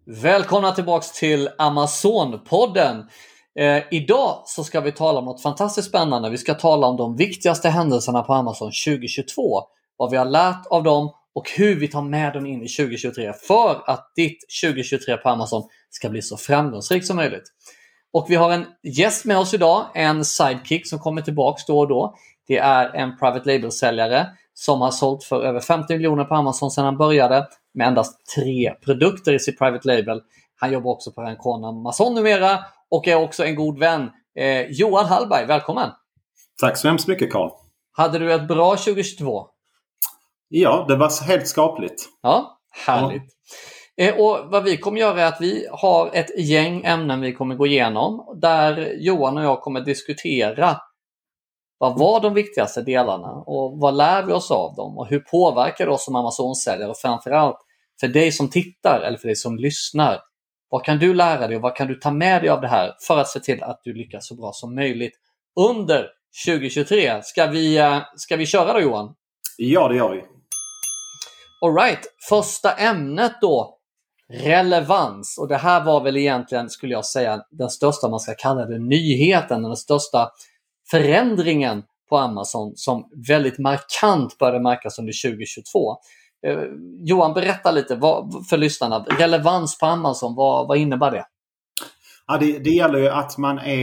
Välkomna tillbaks till Amazon-podden. Idag så ska vi tala om något fantastiskt spännande. Vi ska tala om de viktigaste händelserna på Amazon 2022. Vad vi har lärt av dem och hur vi tar med dem in i 2023 för att ditt 2023 på Amazon ska bli så framgångsrikt som möjligt. Och vi har en gäst med oss idag, en sidekick som kommer tillbaks då och då. Det är en private label-säljare som har sålt för över 50 miljoner på Amazon sedan han började med endast 3 produkter i sitt private label. Han jobbar också på Rancon Amazon numera och är också en god vän. Johan Hallberg, välkommen! Tack så hemskt mycket, Carl. Hade du ett bra 2022? Ja, det var helt skapligt. Ja, härligt. Ja. Och vad vi kommer göra är att vi har ett gäng ämnen vi kommer gå igenom där Johan och jag kommer diskutera vad var de viktigaste delarna och vad lär vi oss av dem och hur påverkar det oss som Amazon-säljare och framförallt för dig som tittar eller för dig som lyssnar. Vad kan du lära dig och vad kan du ta med dig av det här för att se till att du lyckas så bra som möjligt under 2023? Ska vi köra då, Johan? Ja, det gör vi. All right, första ämnet då, relevans. Och det här var väl egentligen, skulle jag säga, den största, man ska kalla det, nyheten, den största förändringen på Amazon som väldigt markant började märkas under 2022. Johan, berätta lite för lyssnarna. Relevans på Amazon, vad innebär det? Ja, det gäller ju att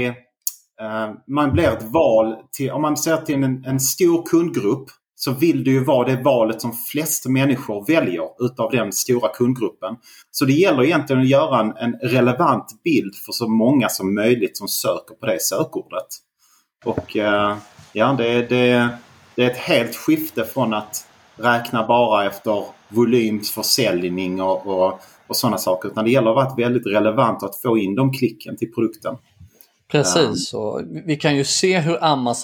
man blir ett val till, om man ser till en stor kundgrupp så vill det ju vara det valet som flest människor väljer utav den stora kundgruppen. Så det gäller egentligen att göra en relevant bild för så många som möjligt som söker på det sökordet. Och ja, det är ett helt skifte från att räkna bara efter volymsförsäljning och sådana saker. Utan det gäller att vara väldigt relevant att få in de klicken till produkten. Precis, och vi kan ju se hur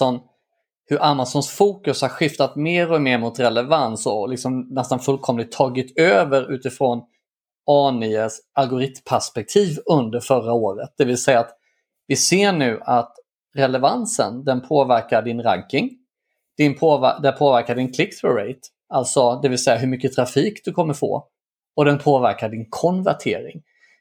Amazons fokus har skiftat mer och mer mot relevans och liksom nästan fullkomligt tagit över utifrån A9s algoritmperspektiv under förra året. Det vill säga att vi ser nu att relevansen, den påverkar din ranking, den påverkar din click-through rate, alltså det vill säga hur mycket trafik du kommer få, och den påverkar din konvertering.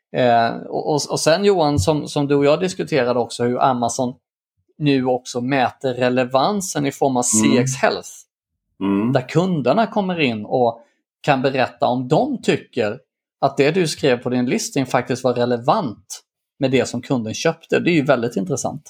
Och sen, Johan, som du och jag diskuterade också, hur Amazon nu också mäter relevansen i form av CX Health. Där kunderna kommer in och kan berätta om de tycker att det du skrev på din listing faktiskt var relevant med det som kunden köpte. Det är ju väldigt intressant.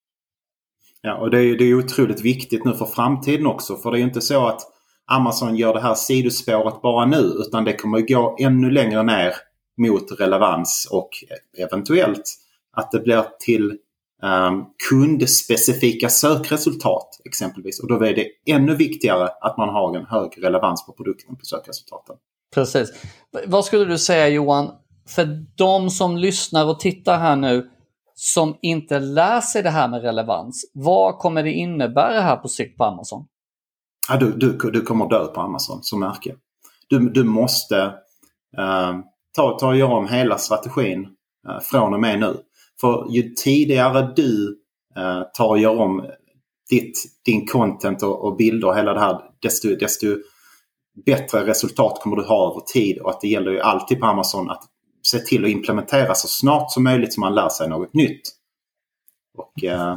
Ja, och det är otroligt viktigt nu för framtiden också. För det är ju inte så att Amazon gör det här sidospåret bara nu, utan det kommer gå ännu längre ner mot relevans och eventuellt att det blir till kundspecifika sökresultat exempelvis. Och då är det ännu viktigare att man har en hög relevans på produkten på sökresultaten. Precis. Vad skulle du säga, Johan, för de som lyssnar och tittar här nu som inte lär sig det här med relevans, vad kommer det innebära här på sikt på Amazon? Ja, du kommer dö på Amazon som märke. Du måste ta och göra om hela strategin från och med nu. För ju tidigare du tar och gör om din content och bilder och hela det här, desto bättre resultat kommer du ha över tid. Och att det gäller ju alltid på Amazon att se till att implementera så snart som möjligt så man lär sig något nytt. Och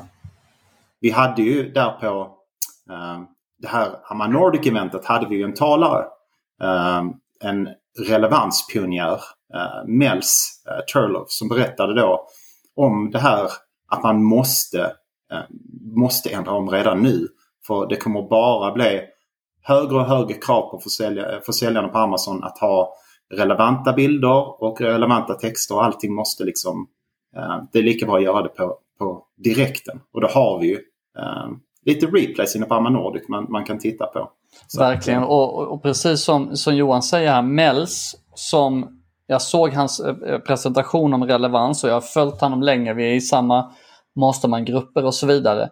vi hade ju där på det här Amazon Nordic-eventet hade vi ju en talare, en relevanspionjär, Mels Turloff, som berättade då om det här att man måste ändra om redan nu. För det kommer bara bli högre och högre krav på försäljarna på Amazon att ha relevanta bilder och relevanta texter. Och allting måste liksom, det är lika bra att göra det på direkten. Och då har vi ju lite replays inne på Amazon Nordic man kan titta på. Så verkligen, och precis som Johan säger här, Mels, som jag såg hans presentation om relevans och jag har följt honom länge, vi är i samma mastermind-grupper och så vidare.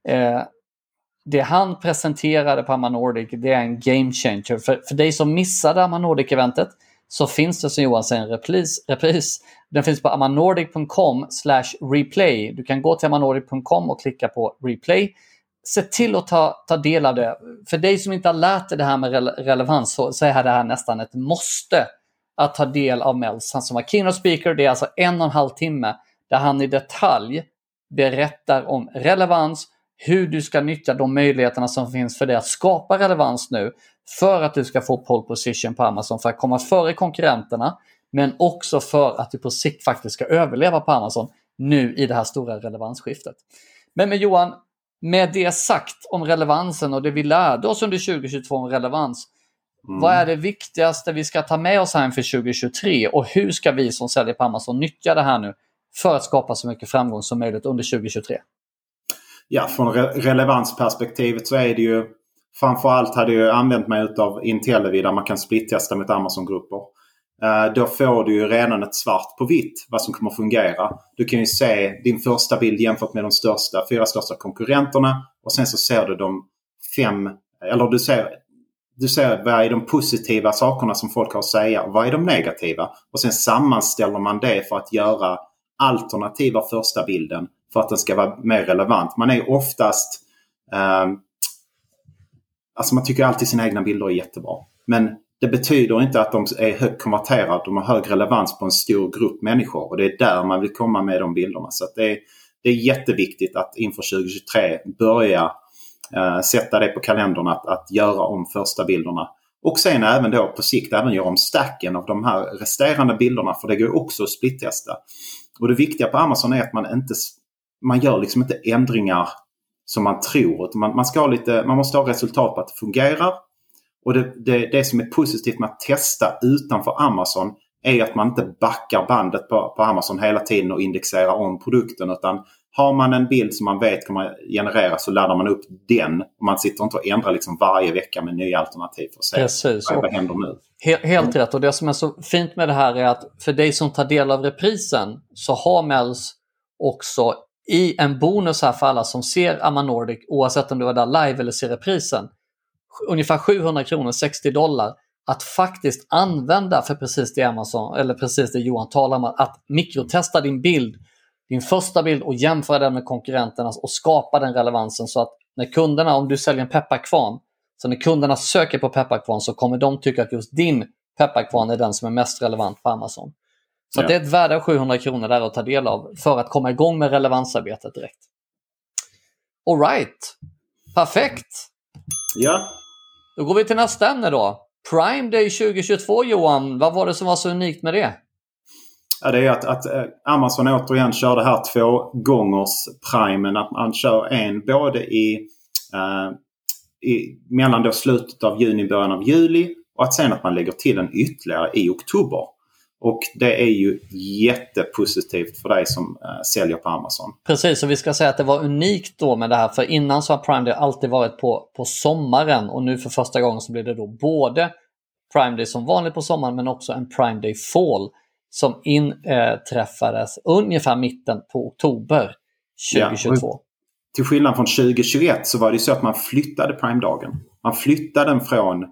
Det han presenterade på Amazon Nordic, det är en game changer. För dig som missade Amazon Nordic-eventet så finns det, som Johan säger, en repris. Den finns på amazonnordic.com/replay. Du kan gå till amazonnordic.com och klicka på replay. Se till att ta del av det. För dig som inte har lärt dig det här med relevans så är det här nästan ett måste att ta del av Mel's. Han som var keynote speaker, det är alltså 1,5 timme där han i detalj berättar om relevans, hur du ska nyttja de möjligheterna som finns för dig att skapa relevans nu för att du ska få pole position på Amazon, för att komma före konkurrenterna, men också för att du på sikt faktiskt ska överleva på Amazon nu i det här stora relevansskiftet. Men Johan, med det sagt om relevansen och det vi lärde oss under 2022 om relevans, vad är det viktigaste vi ska ta med oss här inför 2023 och hur ska vi som säljer på Amazon nyttja det här nu för att skapa så mycket framgång som möjligt under 2023? Ja, från relevansperspektivet så är det ju, framförallt hade jag använt mig av Intellivid där man kan splittesta med Amazon-grupper. Då får du ju redan ett svart på vitt vad som kommer att fungera. Du kan ju se din första bild jämfört med de 4 största konkurrenterna och sen så ser du de 5, eller du ser vad är de positiva sakerna som folk har att säga och vad är de negativa. Och sen sammanställer man det för att göra alternativa första bilden för att den ska vara mer relevant. Man är oftast, alltså man tycker alltid sina egna bilder är jättebra. Men det betyder inte att de är högt konverterade. De har hög relevans på en stor grupp människor. Och det är där man vill komma med de bilderna. Så att det är jätteviktigt att inför 2023 börja sätta det på kalendern att göra om första bilderna. Och sen även då på sikt även göra om stacken av de här resterande bilderna. För det går också att splittesta. Och det viktiga på Amazon är att man gör liksom inte ändringar som man tror. Man måste ha resultat på att det fungerar. Och det som är positivt med att testa utanför Amazon är att man inte backar bandet på Amazon hela tiden och indexerar om produkten. Utan har man en bild som man vet kommer generera så laddar man upp den. Och man sitter inte och ändrar liksom varje vecka med nya alternativ för att se vad händer nu. Helt rätt. Och det som är så fint med det här är att för dig som tar del av reprisen så har Mel's också i en bonus här för alla som ser Amma Nordic, oavsett om du var där live eller ser reprisen, ungefär 700 kronor, $60 att faktiskt använda för precis det Amazon, eller precis det Johan talar om, att mikrotesta din första bild och jämföra den med konkurrenternas och skapa den relevansen så att när kunderna, om du säljer en pepparkvarn, så när kunderna söker på pepparkvarn så kommer de tycka att just din pepparkvarn är den som är mest relevant på Amazon. Så det är ett värde av 700 kronor där att ta del av för att komma igång med relevansarbetet direkt. All right. Perfekt. Ja. Då går vi till nästa ämne då. Prime Day 2022, Johan. Vad var det som var så unikt med det? Ja, det är att Amazon återigen kör det här 2 gångers Prime. Att man kör en både mellan då slutet av juni och början av juli. Och att sen att man lägger till en ytterligare i oktober. Och det är ju jättepositivt för dig som säljer på Amazon. Precis, och vi ska säga att det var unikt då med det här. För innan så har Prime Day alltid varit på sommaren. Och nu för första gången så blir det då både Prime Day som vanligt på sommaren men också en Prime Day Fall som inträffades ungefär mitten på oktober 2022. Ja, till skillnad från 2021 så var det så att man flyttade Prime-dagen. Man flyttade den från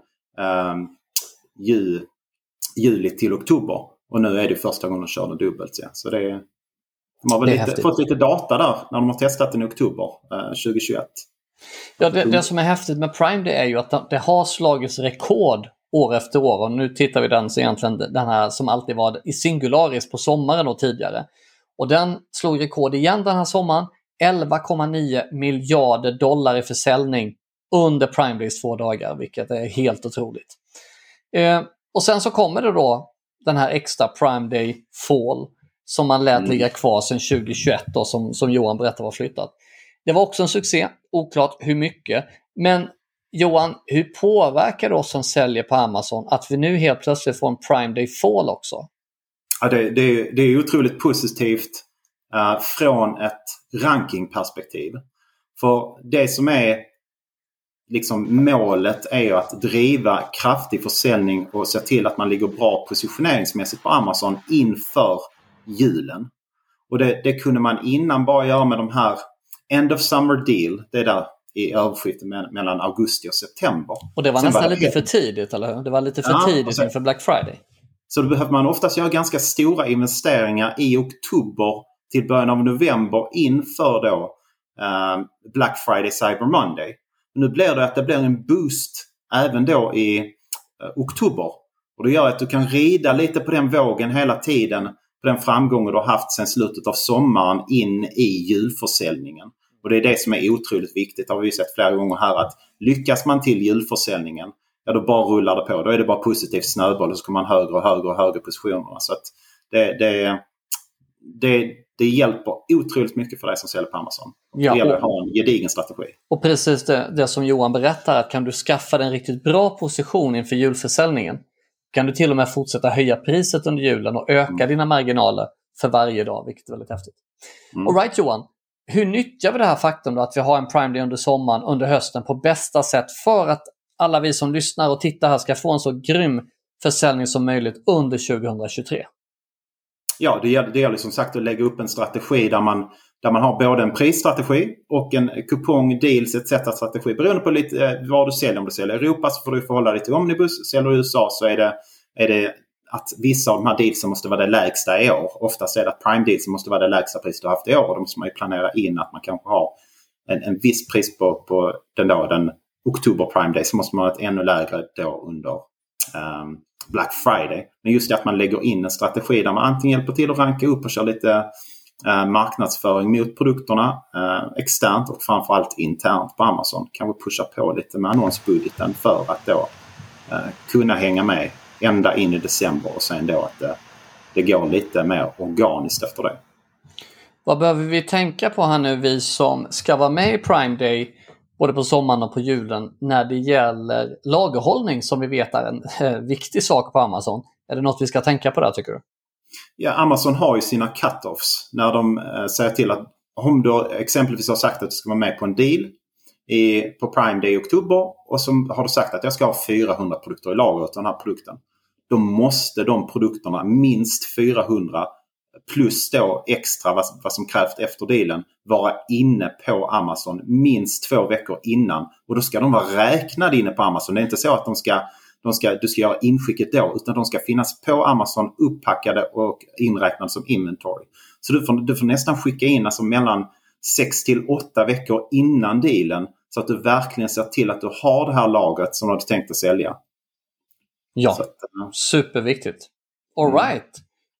juli till oktober. Och nu är det första gången de kör den dubbelt. Ja. Så de har väl fått lite data där när de har testat den i oktober 2021. Ja, det som är häftigt med Prime det är ju att det har slagits rekord år efter år. Och nu tittar vi den så egentligen den här som alltid var i singularis på sommaren och tidigare. Och den slog rekord igen den här sommaren. 11,9 miljarder dollar i försäljning under Prime Days 2 dagar. Vilket är helt otroligt. Och sen så kommer det då den här extra Prime Day Fall som man lät ligga kvar sedan 2021 då, som Johan berättade var flyttat. Det var också en succé, oklart hur mycket. Men Johan, hur påverkar det oss som säljer på Amazon att vi nu helt plötsligt får en Prime Day Fall också? Ja, det är otroligt positivt från ett rankingperspektiv. För det som är liksom målet är ju att driva kraftig försäljning och se till att man ligger bra positioneringsmässigt på Amazon inför julen. Och det kunde man innan bara göra med de här End of Summer Deal. Det är där i överskiftet mellan augusti och september. Och det var nästan lite för tidigt, eller hur? Det var lite för tidigt inför Black Friday. Så då behöver man oftast göra ganska stora investeringar i oktober till början av november inför då Black Friday, Cyber Monday. Nu blir det att det blir en boost även då i oktober. Och det gör att du kan rida lite på den vågen hela tiden, på den framgången du har haft sedan slutet av sommaren in i julförsäljningen. Och det är det som är otroligt viktigt. Det har vi sett flera gånger här, att lyckas man till julförsäljningen, ja, då bara rullar det på. Då är det bara positiv snöboll och så kommer man högre och högre och högre positionerna. Så att det hjälper otroligt mycket för dig som säljer på Amazon. Det gäller att ha en gedigen strategi. Och precis det som Johan berättar, att kan du skaffa en riktigt bra position inför julförsäljningen, kan du till och med fortsätta höja priset under julen och öka dina marginaler för varje dag, vilket är väldigt häftigt. All right, Johan, hur nyttjar vi det här faktum då, att vi har en Prime Day under sommaren, under hösten på bästa sätt, för att alla vi som lyssnar och tittar här ska få en så grym försäljning som möjligt under 2023? Ja, det gäller som sagt att lägga upp en strategi där man har både en prisstrategi och en kupong, deals etc. strategi. Beroende på lite vad du säljer. Om du säljer i Europa så får du förhålla dig till Omnibus. Säljer i USA så är det att vissa av de här dealsen måste vara det lägsta i år. Oftast är det att Prime Deals måste vara det lägsta pris du har haft i år. Och då måste man ju planera in att man kanske har en viss pris på den oktober Prime Day. Så måste man ha ett ännu lägre då under Black Friday. Men just det att man lägger in en strategi där man antingen hjälper till att ranka upp och köra lite marknadsföring mot produkterna externt och framförallt internt på Amazon. Kanske pusha på lite med annonsbudgeten för att då kunna hänga med ända in i december och sen då att det går lite mer organiskt efter det. Vad behöver vi tänka på här nu, vi som ska vara med i Prime Day både på sommaren och på julen, när det gäller lagerhållning som vi vet är en viktig sak på Amazon? Är det något vi ska tänka på där, tycker du? Ja, Amazon har ju sina cut-offs när de säger till att om du exempelvis har sagt att du ska vara med på en deal på Prime Day i oktober och så har du sagt att jag ska ha 400 produkter i lager av den här produkten. Då måste de produkterna, minst 400 plus då extra vad som krävs efter dealen, vara inne på Amazon minst 2 veckor innan. Och då ska de vara räknade inne på Amazon. Det är inte så att du ska göra inskicket då, utan de ska finnas på Amazon upppackade och inräknade som inventory. Så du får nästan skicka in alltså mellan 6 till 8 veckor innan dealen, så att du verkligen ser till att du har det här lagret som du har tänkt att sälja. Ja, superviktigt. All right.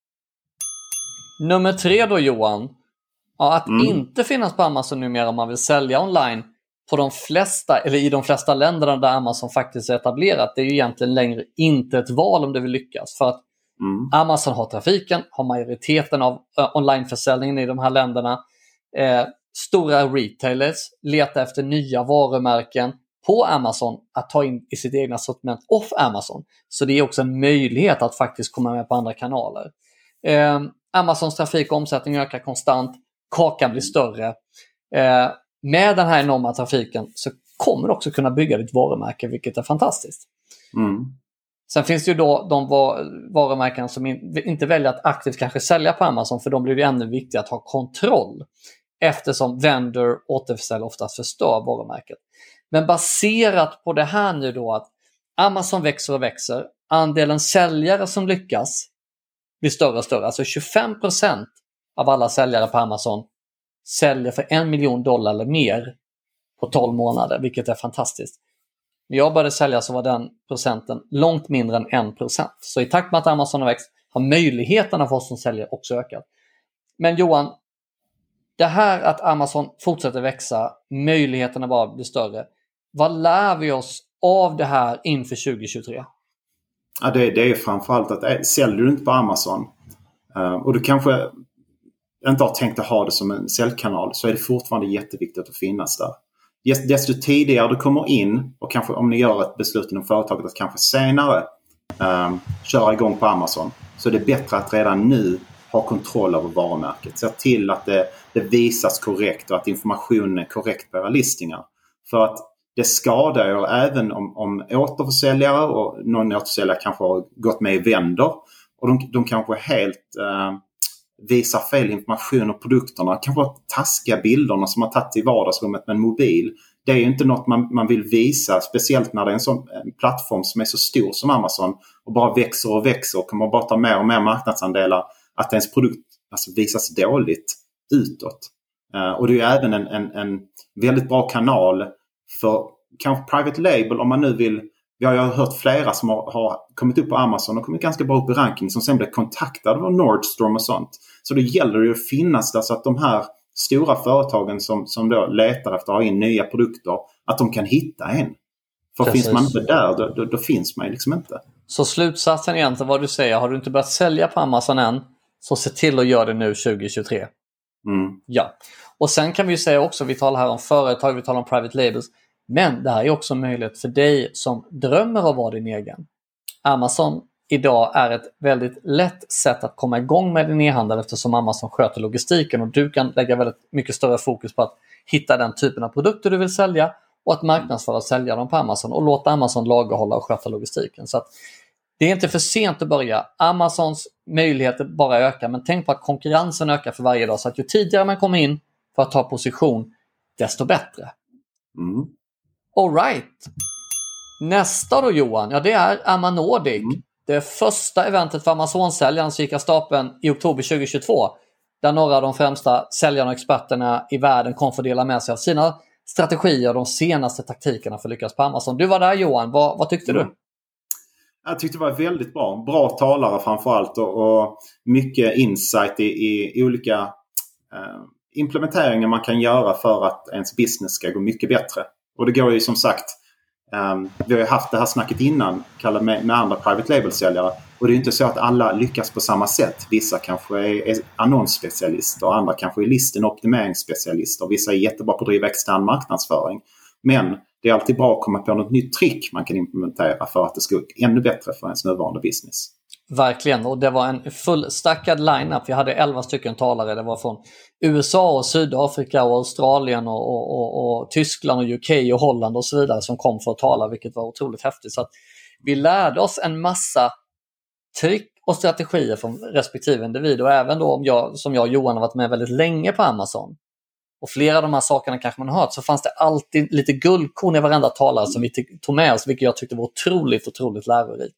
Nummer 3 då, Johan. Ja, att inte finnas på Amazon numera om man vill sälja online på de flesta, eller i de flesta länderna där Amazon faktiskt är etablerat. Det är ju egentligen längre inte ett val om det vill lyckas. För att Amazon har trafiken, har majoriteten av onlineförsäljningen i de här länderna. Stora retailers letar efter nya varumärken på Amazon att ta in i sitt egna sortiment off Amazon. Så det är också en möjlighet att faktiskt komma med på andra kanaler. Amazons trafik och omsättning ökar konstant. Kakan blir större. Med den här enorma trafiken så kommer du också kunna bygga ditt varumärke, vilket är fantastiskt. Sen finns det ju då de varumärken som inte väljer att aktivt kanske sälja på Amazon, för de blir det ännu viktigare att ha kontroll, eftersom vendor återförsäljare oftast förstör varumärket. Men baserat på det här nu då, att Amazon växer och växer, andelen säljare som lyckas blir större och större. Alltså 25% av alla säljare på Amazon säljer för $1 miljon eller mer på 12 månader, vilket är fantastiskt. När jag började sälja så var den procenten långt mindre än 1%. Så i takt med att Amazon har växt har möjligheterna för oss som säljer också ökat. Men Johan, det här att Amazon fortsätter växa, möjligheterna bara blir större. Vad lär vi oss av det här inför 2023? Ja, det är framförallt att säljer du inte på Amazon och du kanske inte har tänkt att ha det som en säljkanal, så är det fortfarande jätteviktigt att finnas där. Desto tidigare du kommer in, och kanske om ni gör ett beslut inom företaget att kanske senare köra igång på Amazon, så är det bättre att redan nu ha kontroll över varumärket. Se till att det visas korrekt och att informationen är korrekt på era listningar. För att det skadar ju även om återförsäljare, och någon återförsäljare kanske har gått med i vänder och de kanske helt visar fel information om produkterna. Kanske taskiga bilderna som man tagit i vardagsrummet med en mobil. Det är ju inte något man vill visa, speciellt när det är en sån plattform som är så stor som Amazon och bara växer och växer och kommer bara ta mer och mer marknadsandelar, att ens produkt alltså visas dåligt utåt. Och det är ju även en väldigt bra kanal för kanske private label, om man nu vill Jag har hört flera som har kommit upp på Amazon och kommit ganska bra upp i ranking som sen blev kontaktade av Nordstrom och sånt. Så det gäller ju att finnas där så att de här stora företagen som då letar efter att ha in nya produkter, att de kan hitta en. För Precis. Finns man inte där, då finns man liksom inte. Så slutsatsen egentligen vad du säger, har du inte börjat sälja på Amazon än, så se till att göra det nu 2023. Ja. Och sen kan vi ju säga också, vi talar här om företag, vi talar om private labels, men det här är också möjlighet för dig som drömmer av att vara din egen. Amazon idag är ett väldigt lätt sätt att komma igång med din e-handel, eftersom Amazon sköter logistiken och du kan lägga väldigt mycket större fokus på att hitta den typen av produkter du vill sälja och att marknadsföra och sälja dem på Amazon och låta Amazon lagerhålla och sköta logistiken. Så att det är inte för sent att börja. Amazons möjligheter bara ökar, men tänk på att konkurrensen ökar för varje dag, så att ju tidigare man kommer in för att ta position, desto bättre. All right. Nästa då, Johan, ja, det är Amanordic. Det första eventet för Amazon-säljaren som gick av stapeln i oktober 2022. Där några av de främsta säljarna och experterna i världen kom för att dela med sig av sina strategier och de senaste taktikerna för att lyckas på Amazon. Du var där, Johan. Vad tyckte du? Jag tyckte det var väldigt bra. Bra talare framförallt och mycket insight i olika implementeringar man kan göra för att ens business ska gå mycket bättre. Och det går ju som sagt, vi har ju haft det här snacket innan, Kalle, med andra private label-säljare. Och det är ju inte så att alla lyckas på samma sätt. Vissa kanske är annonsspecialister och andra kanske är listen- och optimeringsspecialister. Vissa är jättebra på att driva extern marknadsföring. Men det är alltid bra att komma på något nytt trick man kan implementera för att det ska gå ännu bättre för ens nuvarande business. Verkligen, och det var en fullstackad lineup. Vi hade 11 stycken talare. Det var från USA och Sydafrika och Australien och Tyskland och UK och Holland och så vidare som kom för att tala, vilket var otroligt häftigt. Så att vi lärde oss en massa trick och strategier från respektive individ, och även då om jag och Johan har varit med väldigt länge på Amazon och flera av de här sakerna kanske man har hört, så fanns det alltid lite guldkorn i varenda talare som vi tog med oss, vilket jag tyckte var otroligt lärorikt.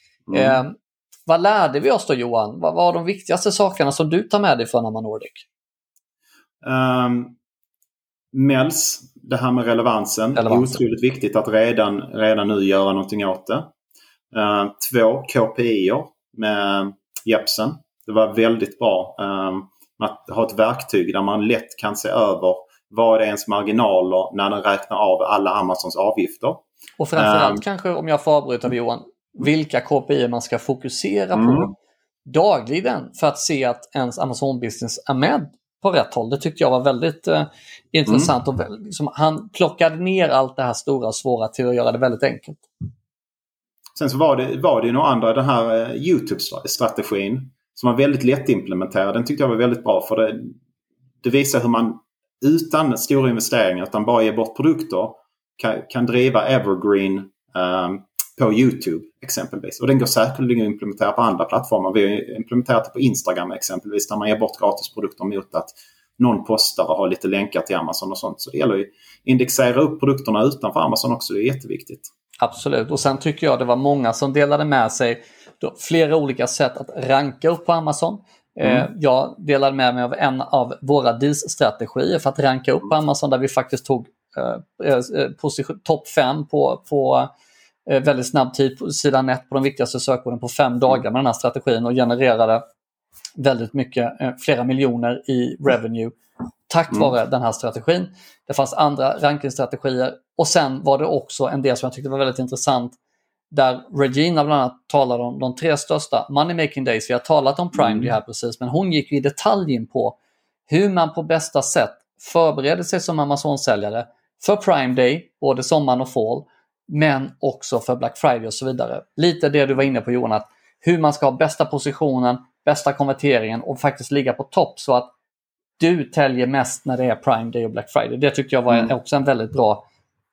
Vad lärde vi oss då, Johan? Vad var de viktigaste sakerna som du tar med dig från Amanordic? MELS, det här med relevansen. Det är otroligt viktigt att redan nu göra någonting åt det. 2 KPI:er med Jepsen. Det var väldigt bra att ha ett verktyg där man lätt kan se över vad är ens marginaler när den räknar av alla Amazons avgifter. Och framförallt kanske, om jag får avbryta Johan, vilka KPI man ska fokusera på dagligen för att se att ens Amazon-business är med på rätt håll. Det tyckte jag var väldigt intressant. Och liksom, han plockade ner allt det här stora och svåra till att göra det väldigt enkelt. Sen så var det ju några andra, den här YouTube-strategin som var väldigt lätt implementerad. Den tyckte jag var väldigt bra, för det visar hur man utan stora investeringar, utan bara ge bort produkter, kan driva evergreen på YouTube exempelvis. Och den går säkerligen att implementera på andra plattformar. Vi har implementerat det på Instagram exempelvis, där man ger bort gratisprodukter mot att någon postar och har lite länkar till Amazon och sånt. Så det gäller ju att indexera upp produkterna utanför Amazon också. Det är jätteviktigt. Absolut. Och sen tycker jag det var många som delade med sig flera olika sätt att ranka upp på Amazon. Jag delade med mig av en av våra DIS-strategier för att ranka upp på Amazon, där vi faktiskt tog topp 5 på väldigt snabb tid på sidan 1 på de viktigaste sökorden på 5 dagar med den här strategin, och genererade väldigt mycket, flera miljoner i revenue tack vare den här strategin. Det fanns andra rankingstrategier, och sen var det också en del som jag tyckte var väldigt intressant, där Regina bland annat talade om de 3 största money making days. Vi har talat om Prime Day här precis, men hon gick i detalj in på hur man på bästa sätt förbereder sig som Amazon-säljare för Prime Day, både sommaren och fall, men också för Black Friday och så vidare. Lite det du var inne på, Johan, att hur man ska ha bästa positionen, bästa konverteringen och faktiskt ligga på topp så att du täljer mest när det är Prime Day och Black Friday. Det tyckte jag var också en väldigt bra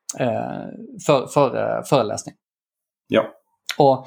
föreläsning. Ja. Och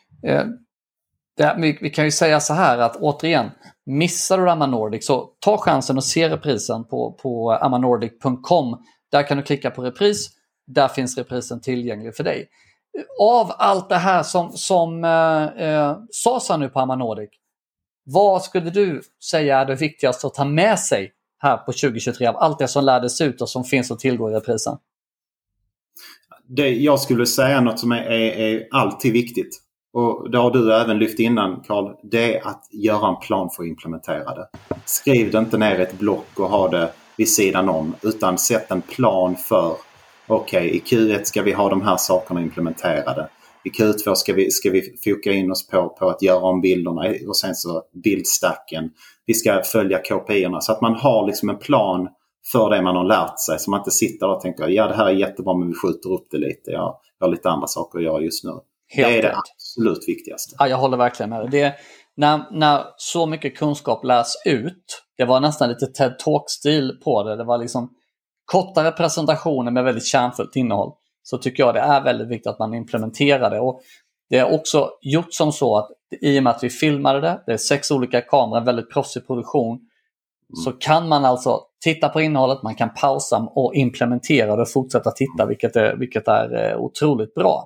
vi kan ju säga så här att återigen, missar du Amanordic så ta chansen att se reprisen på amanordic.com. Där kan du klicka på repris. Där finns reprisen tillgänglig för dig. Av allt det här som sades nu på Amanordic, vad skulle du säga är det viktigaste att ta med sig här på 2023 av allt det som lärdes ut och som finns att tillgå i reprisen? Jag skulle säga något som är alltid viktigt. Och det har du även lyft innan, Carl. Det är att göra en plan för att implementera det. Skriv det inte ner i ett block och ha det vid sidan om. Utan sätt en plan för i Q1 ska vi ha de här sakerna implementerade. I Q2 ska vi foka in oss på att göra om bilderna och sen så bildstacken. Vi ska följa KPI-erna så att man har liksom en plan för det man har lärt sig. Så man inte sitter och tänker det här är jättebra men vi skjuter upp det lite. Jag har lite andra saker att göra just nu. Helt det är rätt. Det absolut viktigaste. Ja, jag håller verkligen med dig. När så mycket kunskap lärs ut, det var nästan lite TED Talk-stil på det. Det var liksom kortare presentationer med väldigt kärnfullt innehåll. Så tycker jag det är väldigt viktigt att man implementerar det. Och det är också gjort som så att i och med att vi filmade det är 6 olika kameror, väldigt proffsig produktion. Så kan man alltså titta på innehållet, man kan pausa och implementera det och fortsätta titta, vilket är otroligt bra.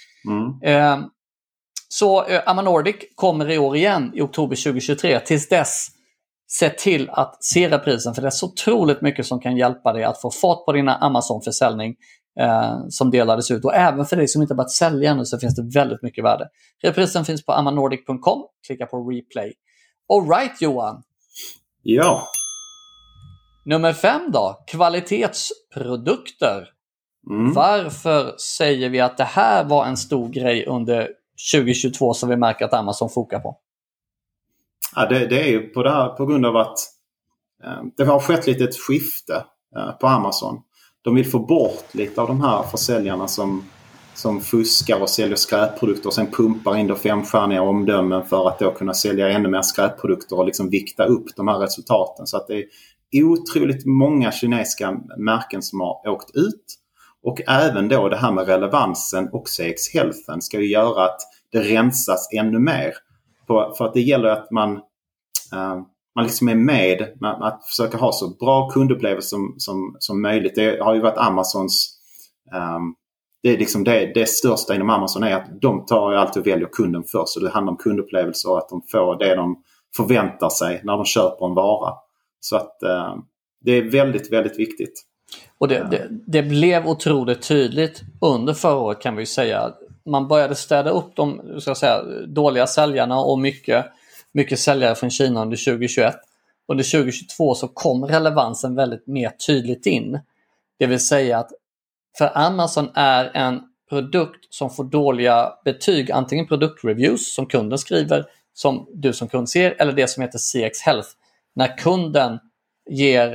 Så AMA Nordic kommer i år igen i oktober 2023. Tills dess, se till att se reprisen, för det är så otroligt mycket som kan hjälpa dig att få fart på dina Amazon-försäljning som delades ut. Och även för dig som inte börjat sälja ännu så finns det väldigt mycket värde. Reprisen finns på amanordic.com. Klicka på replay. All right, Johan. Ja. Nummer 5 då. Kvalitetsprodukter. Varför säger vi att det här var en stor grej under 2022 som vi märker att Amazon fokar på? Ja, det är ju på grund av att det har skett lite ett skifte på Amazon. De vill få bort lite av de här försäljarna som fuskar och säljer skräpprodukter och sen pumpar in 5-stjärniga omdömen för att då kunna sälja ännu mer skräpprodukter och liksom vikta upp de här resultaten. Så att det är otroligt många kinesiska märken som har åkt ut. Och även då det här med relevansen och CX-healthen ska ju göra att det rensas ännu mer. För att det gäller att man liksom är med att försöka ha så bra kundupplevelse som möjligt. Det har ju varit Amazons... Det är liksom det största inom Amazon är att de tar alltid och väljer kunden först. Så det handlar om kundupplevelse och att de får det de förväntar sig när de köper en vara. Så att det är väldigt, väldigt viktigt. Och det blev otroligt tydligt under förra året, kan vi säga. Man började städa upp de dåliga säljarna och mycket säljare från Kina under 2021. Under 2022 så kom relevansen väldigt mer tydligt in. Det vill säga att för Amazon är en produkt som får dåliga betyg, antingen produktreviews som kunden skriver, som du som kund ser, eller det som heter CX Health. När kunden ger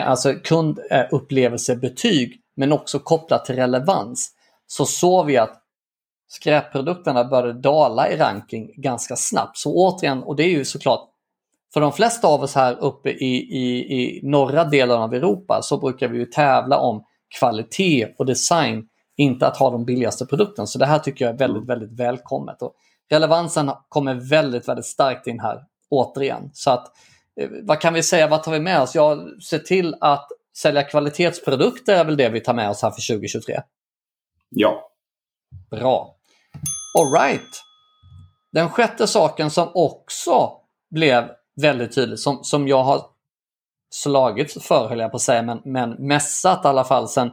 kundupplevelsebetyg men också kopplat till relevans, så såg vi att skräpprodukterna började dala i ranking ganska snabbt. Så återigen, och det är ju såklart för de flesta av oss här uppe i norra delen av Europa, så brukar vi ju tävla om kvalitet och design, inte att ha de billigaste produkterna. Så det här tycker jag är väldigt, väldigt välkommet. Och relevansen kommer väldigt, väldigt starkt in här återigen. Så att, vad kan vi säga, vad tar vi med oss? Jag ser till att sälja kvalitetsprodukter är väl det vi tar med oss här för 2023. Ja. Bra. All right. Den sjätte saken som också blev väldigt tydlig, som jag har slagits för, höll jag på att säga, men mässat i alla fall sedan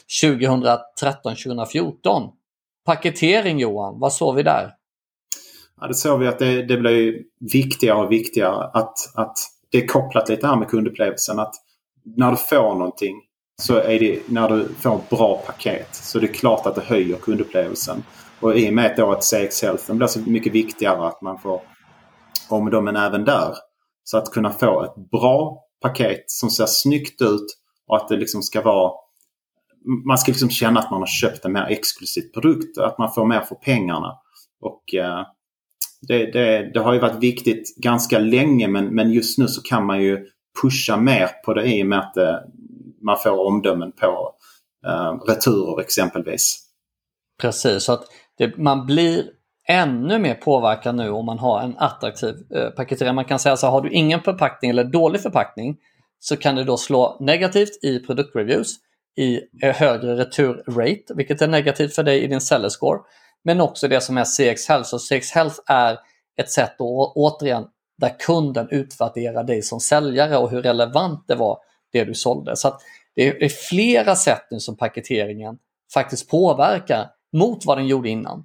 2013-2014. Paketering, Johan, vad såg vi där? Ja, det såg vi att det blir viktigare och viktigare att det är kopplat lite här med kundupplevelsen, att när du får någonting så är det när du får ett bra paket, så det är klart att det höjer kundupplevelsen. Och i och med då att CX Health blir så mycket viktigare att man får omdömen även där. Så att kunna få ett bra paket som ser snyggt ut och att det liksom ska vara, man ska liksom känna att man har köpt en mer exklusiv produkt, att man får mer för pengarna. Och det har ju varit viktigt ganska länge, men just nu så kan man ju pusha mer på det i och med att man får omdömen på returer exempelvis. Precis, så att man blir ännu mer påverkad nu om man har en attraktiv paketering. Man kan säga så, har du ingen förpackning eller dålig förpackning, så kan det då slå negativt i produktreviews, i högre returrate, vilket är negativt för dig i din seller score. Men också det som är CX Health. Så CX Health är ett sätt då, återigen, där kunden utvärderar dig som säljare och hur relevant det var det du sålde. Så att det är flera sätt nu som paketeringen faktiskt påverkar mot vad den gjorde innan.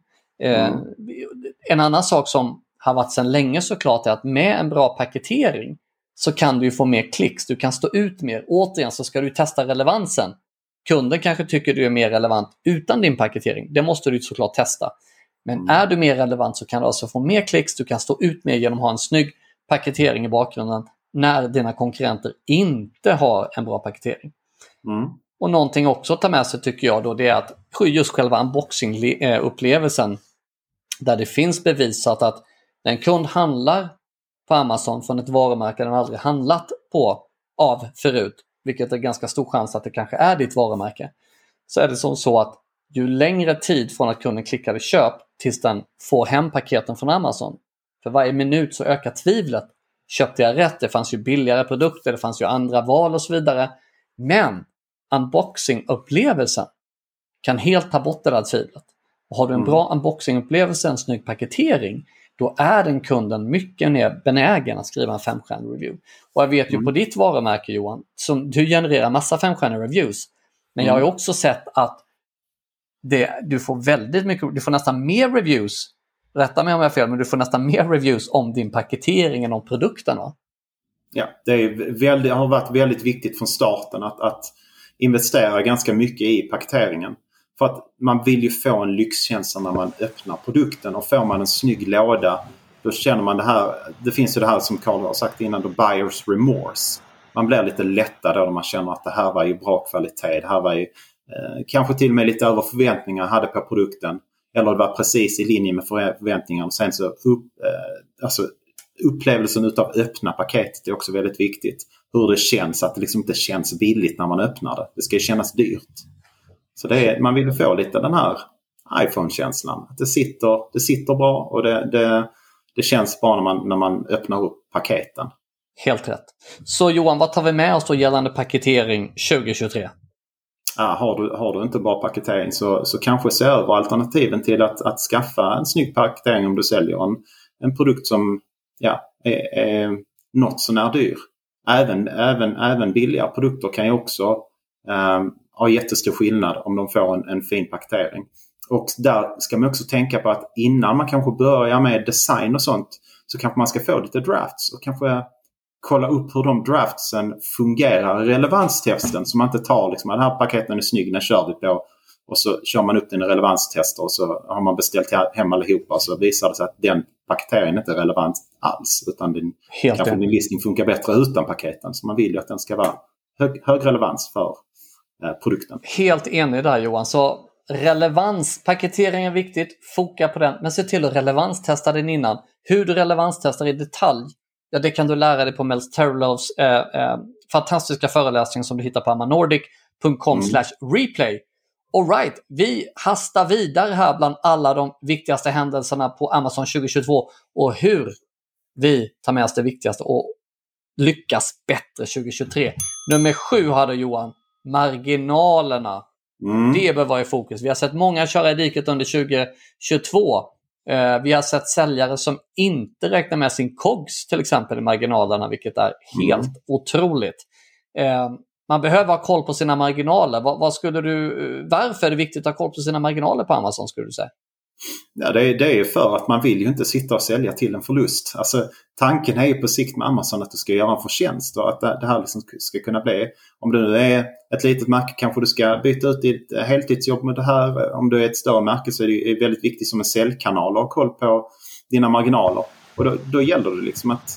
En annan sak som har varit sedan länge såklart är att med en bra paketering så kan du få mer klicks, du kan stå ut mer. Återigen så ska du testa relevansen. Kunden kanske tycker du är mer relevant utan din paketering. Det måste du såklart testa. Men är du mer relevant så kan du alltså få mer klicks, du kan stå ut mer genom att ha en snygg paketering i bakgrunden när dina konkurrenter inte har en bra paketering. Och någonting också att ta med sig tycker jag då, det är att just själva unboxing-upplevelsen där det finns bevisat att när en kund handlar på Amazon från ett varumärke den aldrig handlat på av förut, vilket är ganska stor chans att det kanske är ditt varumärke, så är det som så att ju längre tid från att kunden klickade köp tills den får hem paketen från Amazon, för varje minut så ökar tvivlet. Köpte jag rätt? Det fanns ju billigare produkter, det fanns ju andra val och så vidare. Men unboxing-upplevelsen kan helt ta bort det där tvivlet. Och har du en bra unboxing-upplevelse, en snygg paketering, då är den kunden mycket mer benägen att skriva en 5-stjärnig review. Och jag vet ju på ditt varumärke, Johan, som du genererar massa 5-stjärniga reviews. Men jag har ju också sett att du får väldigt mycket, du får nästan mer reviews, rätta mig om jag har fel, men du får nästan mer reviews om din paketering än om produkterna. Ja, det har varit väldigt viktigt från starten att investera ganska mycket i paketeringen. För att man vill ju få en lyxkänsla när man öppnar produkten, och får man en snygg låda, då känner man det här, det finns ju det här som Carl har sagt innan, då buyers remorse. Man blir lite lättad då när man känner att det här var ju bra kvalitet, det här var ju kanske till och med lite över förväntningar hade på produkten, eller det var precis i linje med förväntningarna. Sen så upplevelsen utav öppna paketet är också väldigt viktigt. Hur det känns, att det liksom inte känns billigt när man öppnar det. Det ska ju kännas dyrt. Så man vill få lite den här iPhone-känslan. Att det sitter bra och det känns bra när man öppnar upp paketen. Helt rätt. Så Johan, vad tar vi med oss då gällande paketering 2023? Har du inte bra paketering så kanske se över alternativen till att skaffa en snygg paketering om du säljer en produkt som är något så när dyr. Även billiga produkter kan ju också ha jättestor skillnad om de får en fin paketering. Och där ska man också tänka på att innan man kanske börjar med design och sånt, så kanske man ska få lite drafts och kanske kolla upp hur de draftsen fungerar i relevanstesten, så man inte tar liksom den här paketen är snygg, när kör vi på, och så kör man upp den i relevanstester och så har man beställt hem allihopa, och så visar det sig att den paketeringen inte är relevant alls, utan din listing funkar bättre utan paketen. Så man vill ju att den ska vara hög relevans för produkten. Helt enig där, Johan. Så relevans, paketering är viktigt, foka på den, men se till att relevanstesta den innan. Hur du relevanstestar i detalj, det kan du lära dig på Mels Terlows fantastiska föreläsning som du hittar på amanordic.com/replay. All right, vi hastar vidare här bland alla de viktigaste händelserna på Amazon 2022 och hur vi tar med oss det viktigaste och lyckas bättre 2023. Nummer 7 hade Johan, marginalerna. Det bör vara i fokus. Vi har sett många köra i diket under 2022. Vi har sett säljare som inte räknar med sin COGS till exempel i marginalerna, vilket är helt otroligt. Man behöver ha koll på sina marginaler. Varför är det viktigt att ha koll på sina marginaler på Amazon, skulle du säga? Ja, det är ju för att man vill ju inte sitta och sälja till en förlust. Alltså, tanken är ju på sikt med Amazon att du ska göra en förtjänst och att det här liksom ska kunna bli. Om du nu är ett litet märke kanske du ska byta ut ditt heltidsjobb med det här. Om du är ett större märke så är det väldigt viktigt som en säljkanal att ha koll på dina marginaler. Och då gäller det liksom att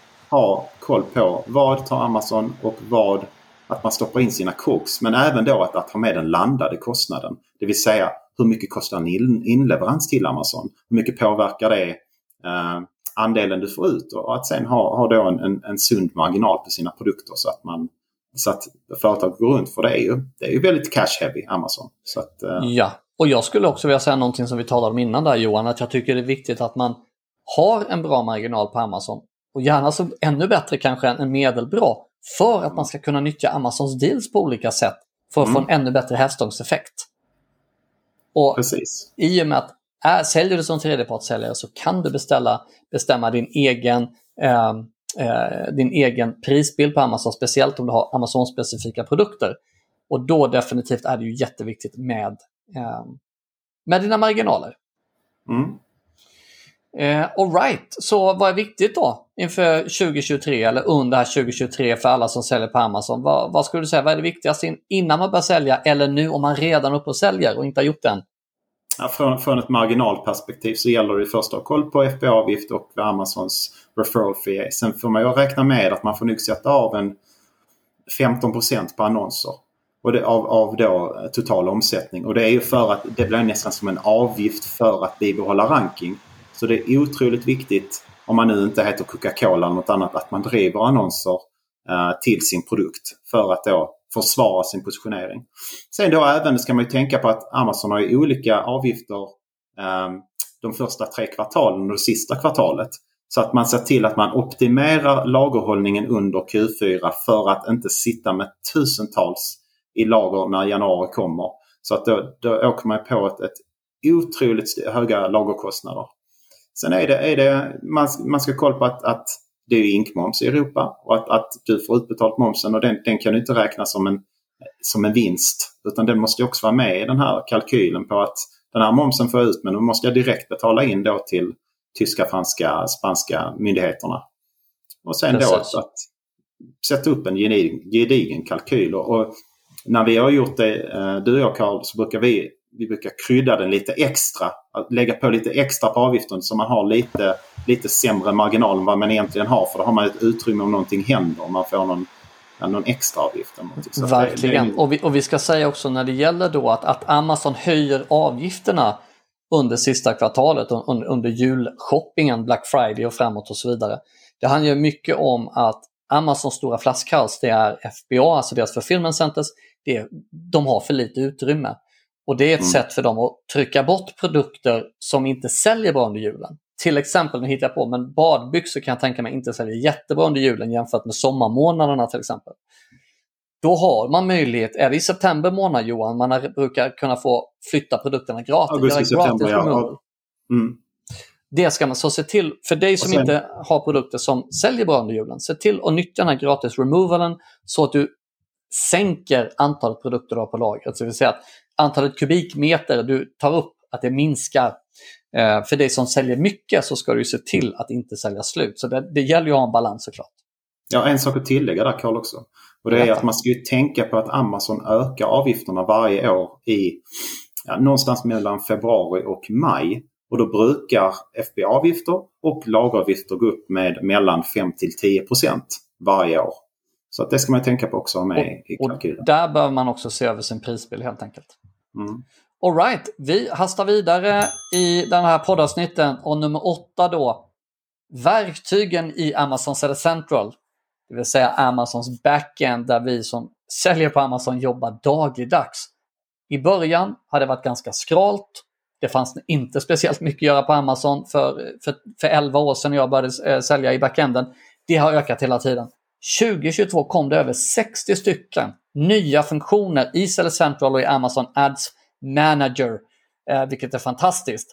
ha koll på vad tar Amazon och att man stoppar in sina COGS. Men även då att ha med den landade kostnaden. Det vill säga, hur mycket kostar en inleverans till Amazon? Hur mycket påverkar det andelen du får ut? Och att sen ha då en sund marginal på sina produkter så att företag går runt. För det är ju väldigt cash heavy Amazon. Så att, Ja, och jag skulle också vilja säga någonting som vi talade om innan där, Johan. Att jag tycker det är viktigt att man har en bra marginal på Amazon. Och gärna så ännu bättre kanske en medelbra. För att man ska kunna nyttja Amazons deals på olika sätt. För att få en ännu bättre hävstångseffekt. Och precis. I och med att säljer du som tredjepartssäljare så kan du bestämma din egen prisbild på Amazon, speciellt om du har Amazon-specifika produkter. Och då definitivt är det ju jätteviktigt med dina marginaler. All right, så vad är viktigt då inför 2023 eller under här 2023 för alla som säljer på Amazon? Vad skulle du säga, vad är det viktigaste innan man börjar sälja eller nu om man redan är uppe och säljer och inte har gjort det än? Ja, från ett marginalperspektiv så gäller det först att ha koll på FBA-avgift och Amazons referral fee. Sen får man ju räkna med att man får nog sätta av en 15% på annonser och det, av då total omsättning. Och det är ju för att det blir nästan som en avgift för att bibehålla ranking. Så det är otroligt viktigt, om man nu inte heter Coca-Cola eller något annat, att man driver annonser till sin produkt för att då försvara sin positionering. Sen då även ska man ju tänka på att Amazon har ju olika avgifter de första 3 kvartalen och det sista kvartalet. Så att man ser till att man optimerar lagerhållningen under Q4 för att inte sitta med tusentals i lager när januari kommer. Så att då åker man på ett otroligt höga lagerkostnader. Sen är det man ska kolla på att det är inkmoms i Europa och att du får utbetalt momsen och den kan du inte räkna som en vinst, utan den måste också vara med i den här kalkylen på att den här momsen får jag ut, men då måste jag direkt betala in då till tyska, franska, spanska myndigheterna. Och sen då att sätta upp en gedigen kalkyl. Och när vi har gjort det, du och jag Carl, så brukar vi krydda den lite extra. Att lägga på lite extra på avgiften så man har lite sämre marginal än vad man egentligen har. För då har man ett utrymme om någonting händer och man får någon extra avgift. Så verkligen. Och vi ska säga också när det gäller då att Amazon höjer avgifterna under sista kvartalet, under julshoppingen, Black Friday och framåt och så vidare. Det handlar ju mycket om att Amazons stora flaskhals, det är FBA, alltså deras fulfillment centers, de har för lite utrymme. Och det är ett sätt för dem att trycka bort produkter som inte säljer bra under julen. Till exempel, nu hittar jag på, men badbyxor kan jag tänka mig inte säljer jättebra under julen jämfört med sommarmånaderna till exempel. Då har man möjlighet, är det i september månad Johan, man brukar kunna få flytta produkterna gratis. Augusti, september, ja. Det ska man så se till, för dig som inte har produkter som säljer bra under julen, se till att nyttja den här gratis removalen så att du sänker antalet produkter du har på lagret. Så det vill säga att antalet kubikmeter du tar upp, att det minskar. För dig som säljer mycket så ska du se till att inte sälja slut. Så det gäller ju att ha en balans såklart. Ja, en sak att tillägga där Carl också. Och det är att man ska ju tänka på att Amazon ökar avgifterna varje år i någonstans mellan februari och maj. Och då brukar FBA-avgifter och lageravgifter gå upp med mellan 5-10% varje år. Så att det ska man tänka på också med i kalkylen. Och där bör man också se över sin prisbild helt enkelt. All right, vi hastar vidare i den här poddavsnitten och nummer 8 då. Verktygen i Amazon Seller Central. Det vill säga Amazons backend där vi som säljer på Amazon jobbar dagligdags. I början hade det varit ganska skralt. Det fanns inte speciellt mycket att göra på Amazon för 11 år sedan när jag började sälja i backenden. Det har ökat hela tiden. 2022 kom det över 60 stycken nya funktioner i Seller Central och i Amazon Ads Manager, vilket är fantastiskt.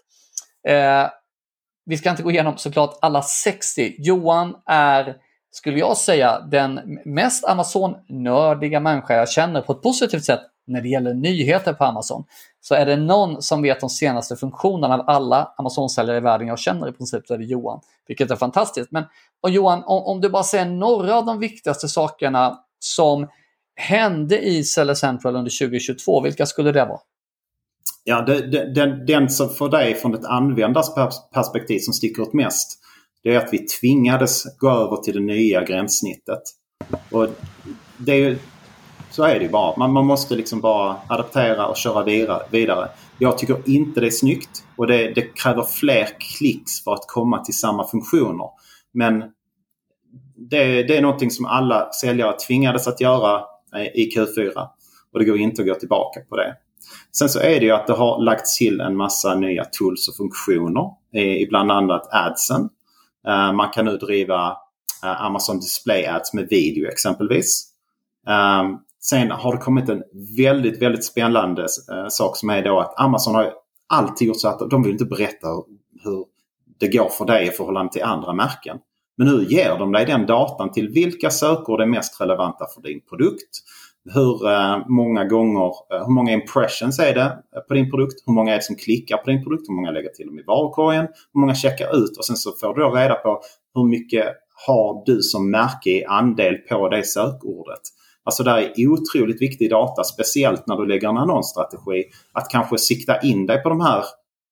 Vi ska inte gå igenom såklart alla 60. Johan är, skulle jag säga, den mest Amazon-nördiga människa jag känner på ett positivt sätt när det gäller nyheter på Amazon. Så är det någon som vet de senaste funktionerna av alla Amazon-säljare i världen jag känner i princip, så är det Johan. Vilket är fantastiskt. Men och Johan, om du bara säger några av de viktigaste sakerna som hände i Seller Central under 2022, vilka skulle det vara? Ja, den som för dig från ett användarsperspektiv som sticker ut mest, det är att vi tvingades gå över till det nya gränssnittet. Och det är ju, så är det ju bara. Man måste liksom bara adaptera och köra vidare. Jag tycker inte det är snyggt och det kräver fler klicks för att komma till samma funktioner. Men det är någonting som alla säljare tvingades att göra i Q4 och det går inte att gå tillbaka på det. Sen så är det ju att det har lagts till en massa nya tools och funktioner i bland annat adsen. Man kan nu driva Amazon Display Ads med video exempelvis. Sen har det kommit en väldigt, väldigt spännande sak som är då att Amazon har alltid gjort så att de vill inte berätta hur det går för dig i förhållande till andra märken. Men nu ger de dig den datan till vilka sökord är mest relevanta för din produkt. hur många gånger, hur många impressions är det på din produkt, hur många är det som klickar på din produkt, hur många lägger till dem i varukorgen, hur många checkar ut, och sen så får du då reda på hur mycket har du som märke i andel på det sökordet. Alltså det är otroligt viktig data, speciellt när du lägger en annonsstrategi, att kanske sikta in dig på de här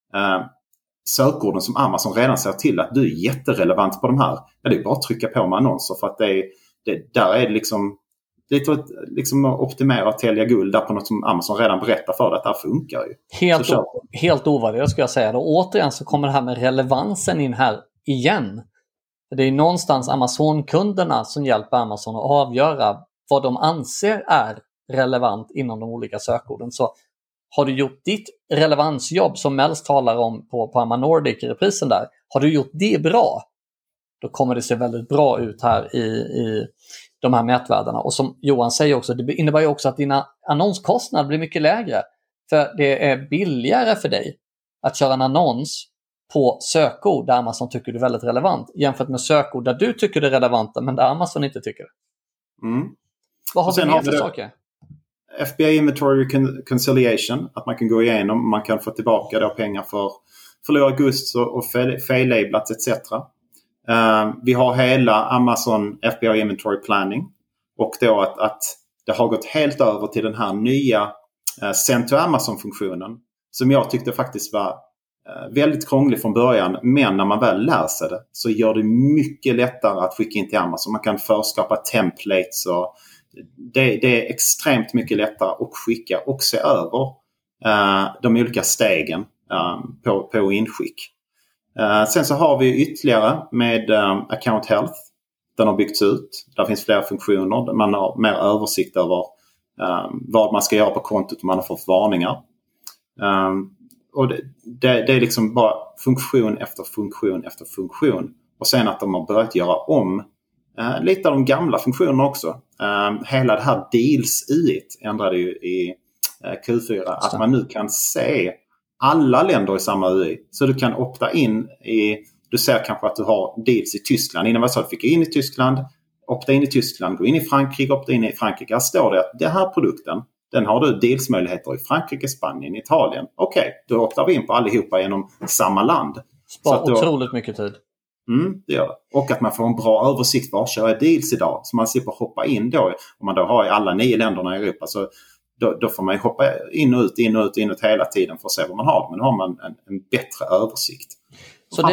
sökorden som Amazon redan ser till att du är jätterelevant på de här. Ja, det är bara att trycka på med annonser, för att där är det liksom att optimera och tälja guld där på något som Amazon redan berättar för dig att det här funkar ju. Helt ovärderligt ska jag säga. Och återigen så kommer det här med relevansen in här igen. Det är någonstans Amazon-kunderna som hjälper Amazon att avgöra vad de anser är relevant inom de olika sökorden. Så har du gjort ditt relevansjobb som Mels talar om på Amma Nordic i reprisen där, har du gjort det bra, då kommer det se väldigt bra ut här i de här mätvärdena. Och som Johan säger också, det innebär ju också att dina annonskostnader blir mycket lägre. För det är billigare för dig att köra en annons på sökord där Amazon tycker det är väldigt relevant, jämfört med sökord där du tycker det är relevanta men där Amazon inte tycker det. Vad har vi mer för saker? FBA Inventory Reconciliation, att man kan gå igenom, man kan få tillbaka då pengar för förlorad gust och fail-lablat etc. Vi har hela Amazon FBA Inventory Planning, och då att det har gått helt över till den här nya Send to Amazon-funktionen som jag tyckte faktiskt var väldigt krånglig från början, men när man väl lär sig det så gör det mycket lättare att skicka in till Amazon. Man kan förskapa templates och det är extremt mycket lättare att skicka och se över de olika stegen på inskick. Sen så har vi ytterligare med Account Health. Den har byggts ut. Där finns flera funktioner. Man har mer översikt över vad man ska göra på kontot om man har fått varningar. Och det är liksom bara funktion efter funktion efter funktion. Och sen att de har börjat göra om lite av de gamla funktionerna också. Hela det här Deals UI ändrade ju i Q4. Att man nu kan se alla länder i samma UI. Så du kan opta in du ser kanske att du har deals i Tyskland. Innan var så att du fick in i Tyskland, opta in i Tyskland, gå in i Frankrike, opta in i Frankrike. Här står det att den här produkten, den har du dealsmöjligheter i Frankrike, Spanien, Italien. Okej, då optar vi in på allihopa genom samma land. Spar otroligt mycket tid. Det gör det. Och att man får en bra översikt. Var kör jag deals idag? Så man slipper hoppa in då. Om man då har i alla 9 länderna i Europa, så då får man hoppa in och ut hela tiden för att se vad man har. Men då har man en bättre översikt. Så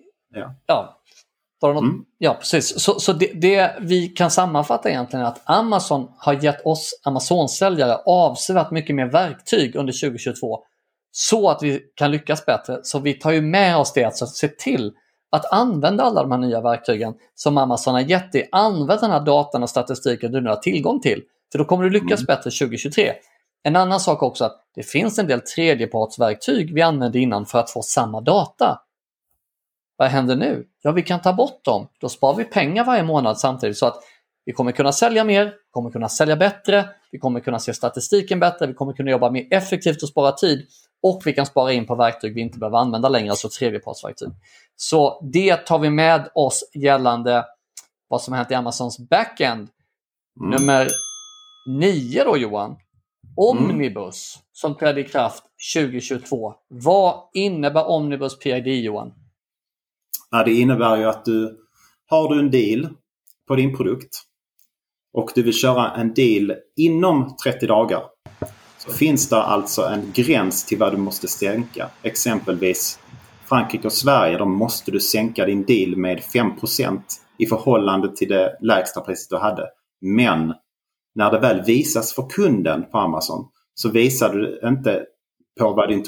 precis. Så det vi kan sammanfatta egentligen är att Amazon har gett oss Amazon-säljare avsevärt mycket mer verktyg under 2022 så att vi kan lyckas bättre. Så vi tar ju med oss det, alltså se till att använda alla de här nya verktygen som Amazon har gett dig. Använd den här datan och statistiken du nu har tillgång till. För då kommer du lyckas bättre 2023. En annan sak också att det finns en del tredjepartsverktyg vi använde innan för att få samma data. Vad händer nu? Ja, vi kan ta bort dem. Då sparar vi pengar varje månad samtidigt, så att vi kommer kunna sälja mer, kommer kunna sälja bättre, vi kommer kunna se statistiken bättre, vi kommer kunna jobba mer effektivt och spara tid, och vi kan spara in på verktyg vi inte behöver använda längre, alltså tredjepartsverktyg. Så det tar vi med oss gällande vad som har hänt i Amazons backend. Nummer 9 då, Johan. Omnibus som trädde i kraft 2022. Vad innebär Omnibus PID, Johan? Ja, det innebär ju att har du en deal på din produkt och du vill köra en deal inom 30 dagar, så finns det alltså en gräns till vad du måste sänka. Exempelvis Frankrike och Sverige, då måste du sänka din deal med 5% i förhållande till det lägsta priset du hade. Men när det väl visas för kunden på Amazon, så visar du inte på vad din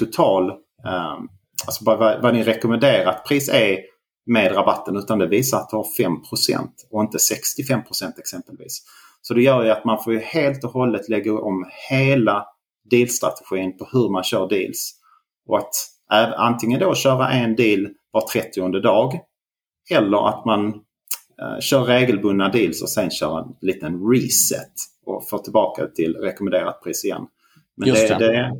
alltså vad din rekommenderat pris är med rabatten, utan det visar att du har 5% och inte 65% exempelvis. Så det gör ju att man får ju helt och hållet lägga om hela dealstrategin på hur man kör deals. Och att antingen då köra en deal var 30:e dag, eller att man kör regelbundna deals och sen kör en liten reset och får tillbaka till rekommenderat pris igen. Men just det.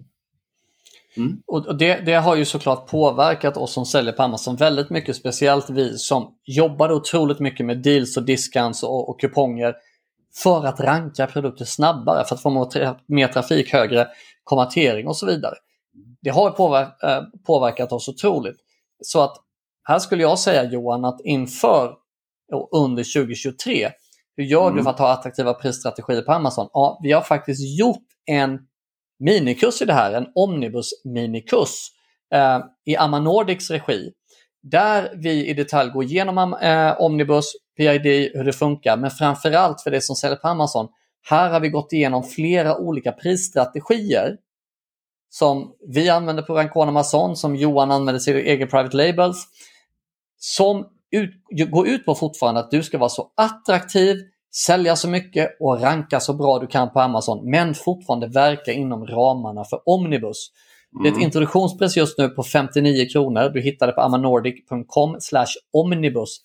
Och det har ju såklart påverkat oss som säljer på Amazon väldigt mycket, speciellt vi som jobbade otroligt mycket med deals och discounts och kuponger. för att ranka produkter snabbare, för att få mer trafik, högre konvertering och så vidare. Det har påverkat oss otroligt. Så att här skulle jag säga, Johan, att inför och under 2023, hur gör du för att ha attraktiva prisstrategier på Amazon? Ja, vi har faktiskt gjort en minikurs i det här, en omnibus-minikurs i Amma Nordics regi. Där vi i detalj går igenom Omnibus, PID, hur det funkar, men framförallt för det som säljer på Amazon. Här har vi gått igenom flera olika prisstrategier som vi använder på Rankon Amazon, som Johan använder sina egen private labels, som går ut på fortfarande att du ska vara så attraktiv, sälja så mycket och ranka så bra du kan på Amazon, men fortfarande verka inom ramarna för Omnibus. Det är ett introduktionspris just nu på 59 kronor. Du hittar det på amanordic.com/omnibus.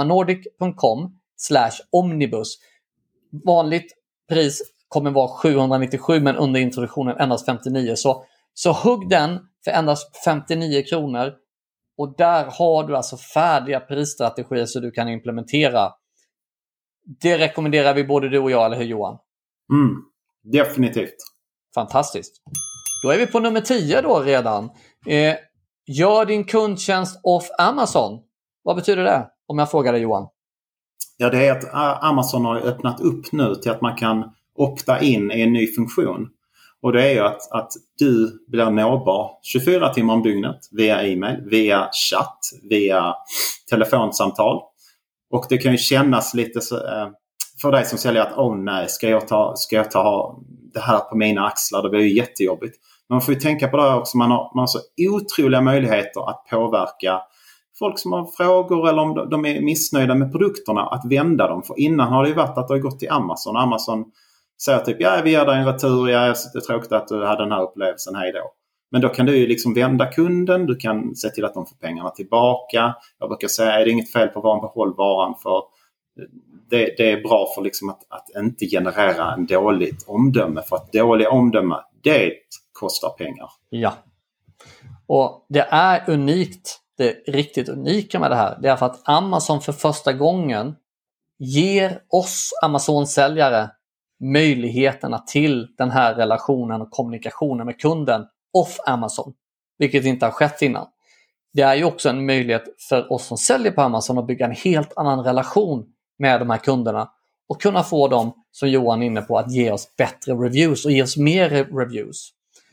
amanordic.com/omnibus. Vanligt pris kommer vara 797, men under introduktionen endast 59. Så hugg den för endast 59 kronor. Och där har du alltså färdiga prisstrategier så du kan implementera. Det rekommenderar vi både du och jag, eller hur, Johan? Definitivt. Fantastiskt. Då är vi på nummer 10 då redan. Gör din kundtjänst off Amazon. Vad betyder det, om jag frågar dig, Johan? Ja, det är att Amazon har öppnat upp nu till att man kan opta in i en ny funktion. Och det är ju att du blir nåbar 24 timmar om dygnet via e-mail, via chatt, via telefonsamtal. Och det kan ju kännas lite så, för dig som säljer att nej, ska jag ta det här på mina axlar, det blir ju jättejobbigt. Men man får ju tänka på det också, man har så otroliga möjligheter att påverka folk som har frågor eller om de är missnöjda med produkterna, att vända dem. För innan har det ju varit att det har gått till Amazon. Amazon säger typ, vi ger dig en retur, det är tråkigt att du hade den här upplevelsen, hej då. Men då kan du ju liksom vända kunden, du kan se till att de får pengarna tillbaka. Jag brukar säga, är det inget fel på varan, behåll varan, för det är bra för liksom att inte generera en dåligt omdöme. För att dåliga omdöme, det kostar pengar. Ja, och det är unikt. Det riktigt unika med det här, det är för att Amazon för första gången ger oss Amazon-säljare möjligheterna till den här relationen och kommunikationen med kunden off Amazon, vilket inte har skett innan. Det är ju också en möjlighet för oss som säljer på Amazon att bygga en helt annan relation med de här kunderna och kunna få dem, som Johan är inne på, att ge oss bättre reviews och ge oss mer reviews.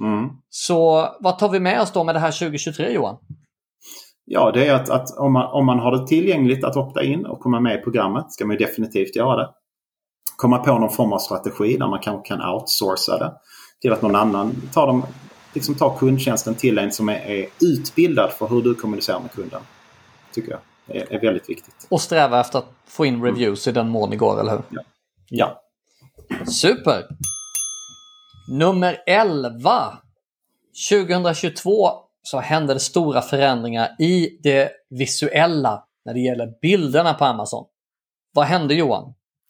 Så vad tar vi med oss då med det här 2023, Johan? Ja, det är att om man har det tillgängligt att opta in och komma med i programmet, ska man ju definitivt göra det. Komma på någon form av strategi där man kan outsourca det till att någon annan tar kundtjänsten till en som är utbildad för hur du kommunicerar med kunden. Tycker jag är väldigt viktigt. Och sträva efter att få in reviews i den mån det går, eller hur? Ja. Super! Nummer 11. 2022 så hände det stora förändringar i det visuella när det gäller bilderna på Amazon. Vad hände, Johan?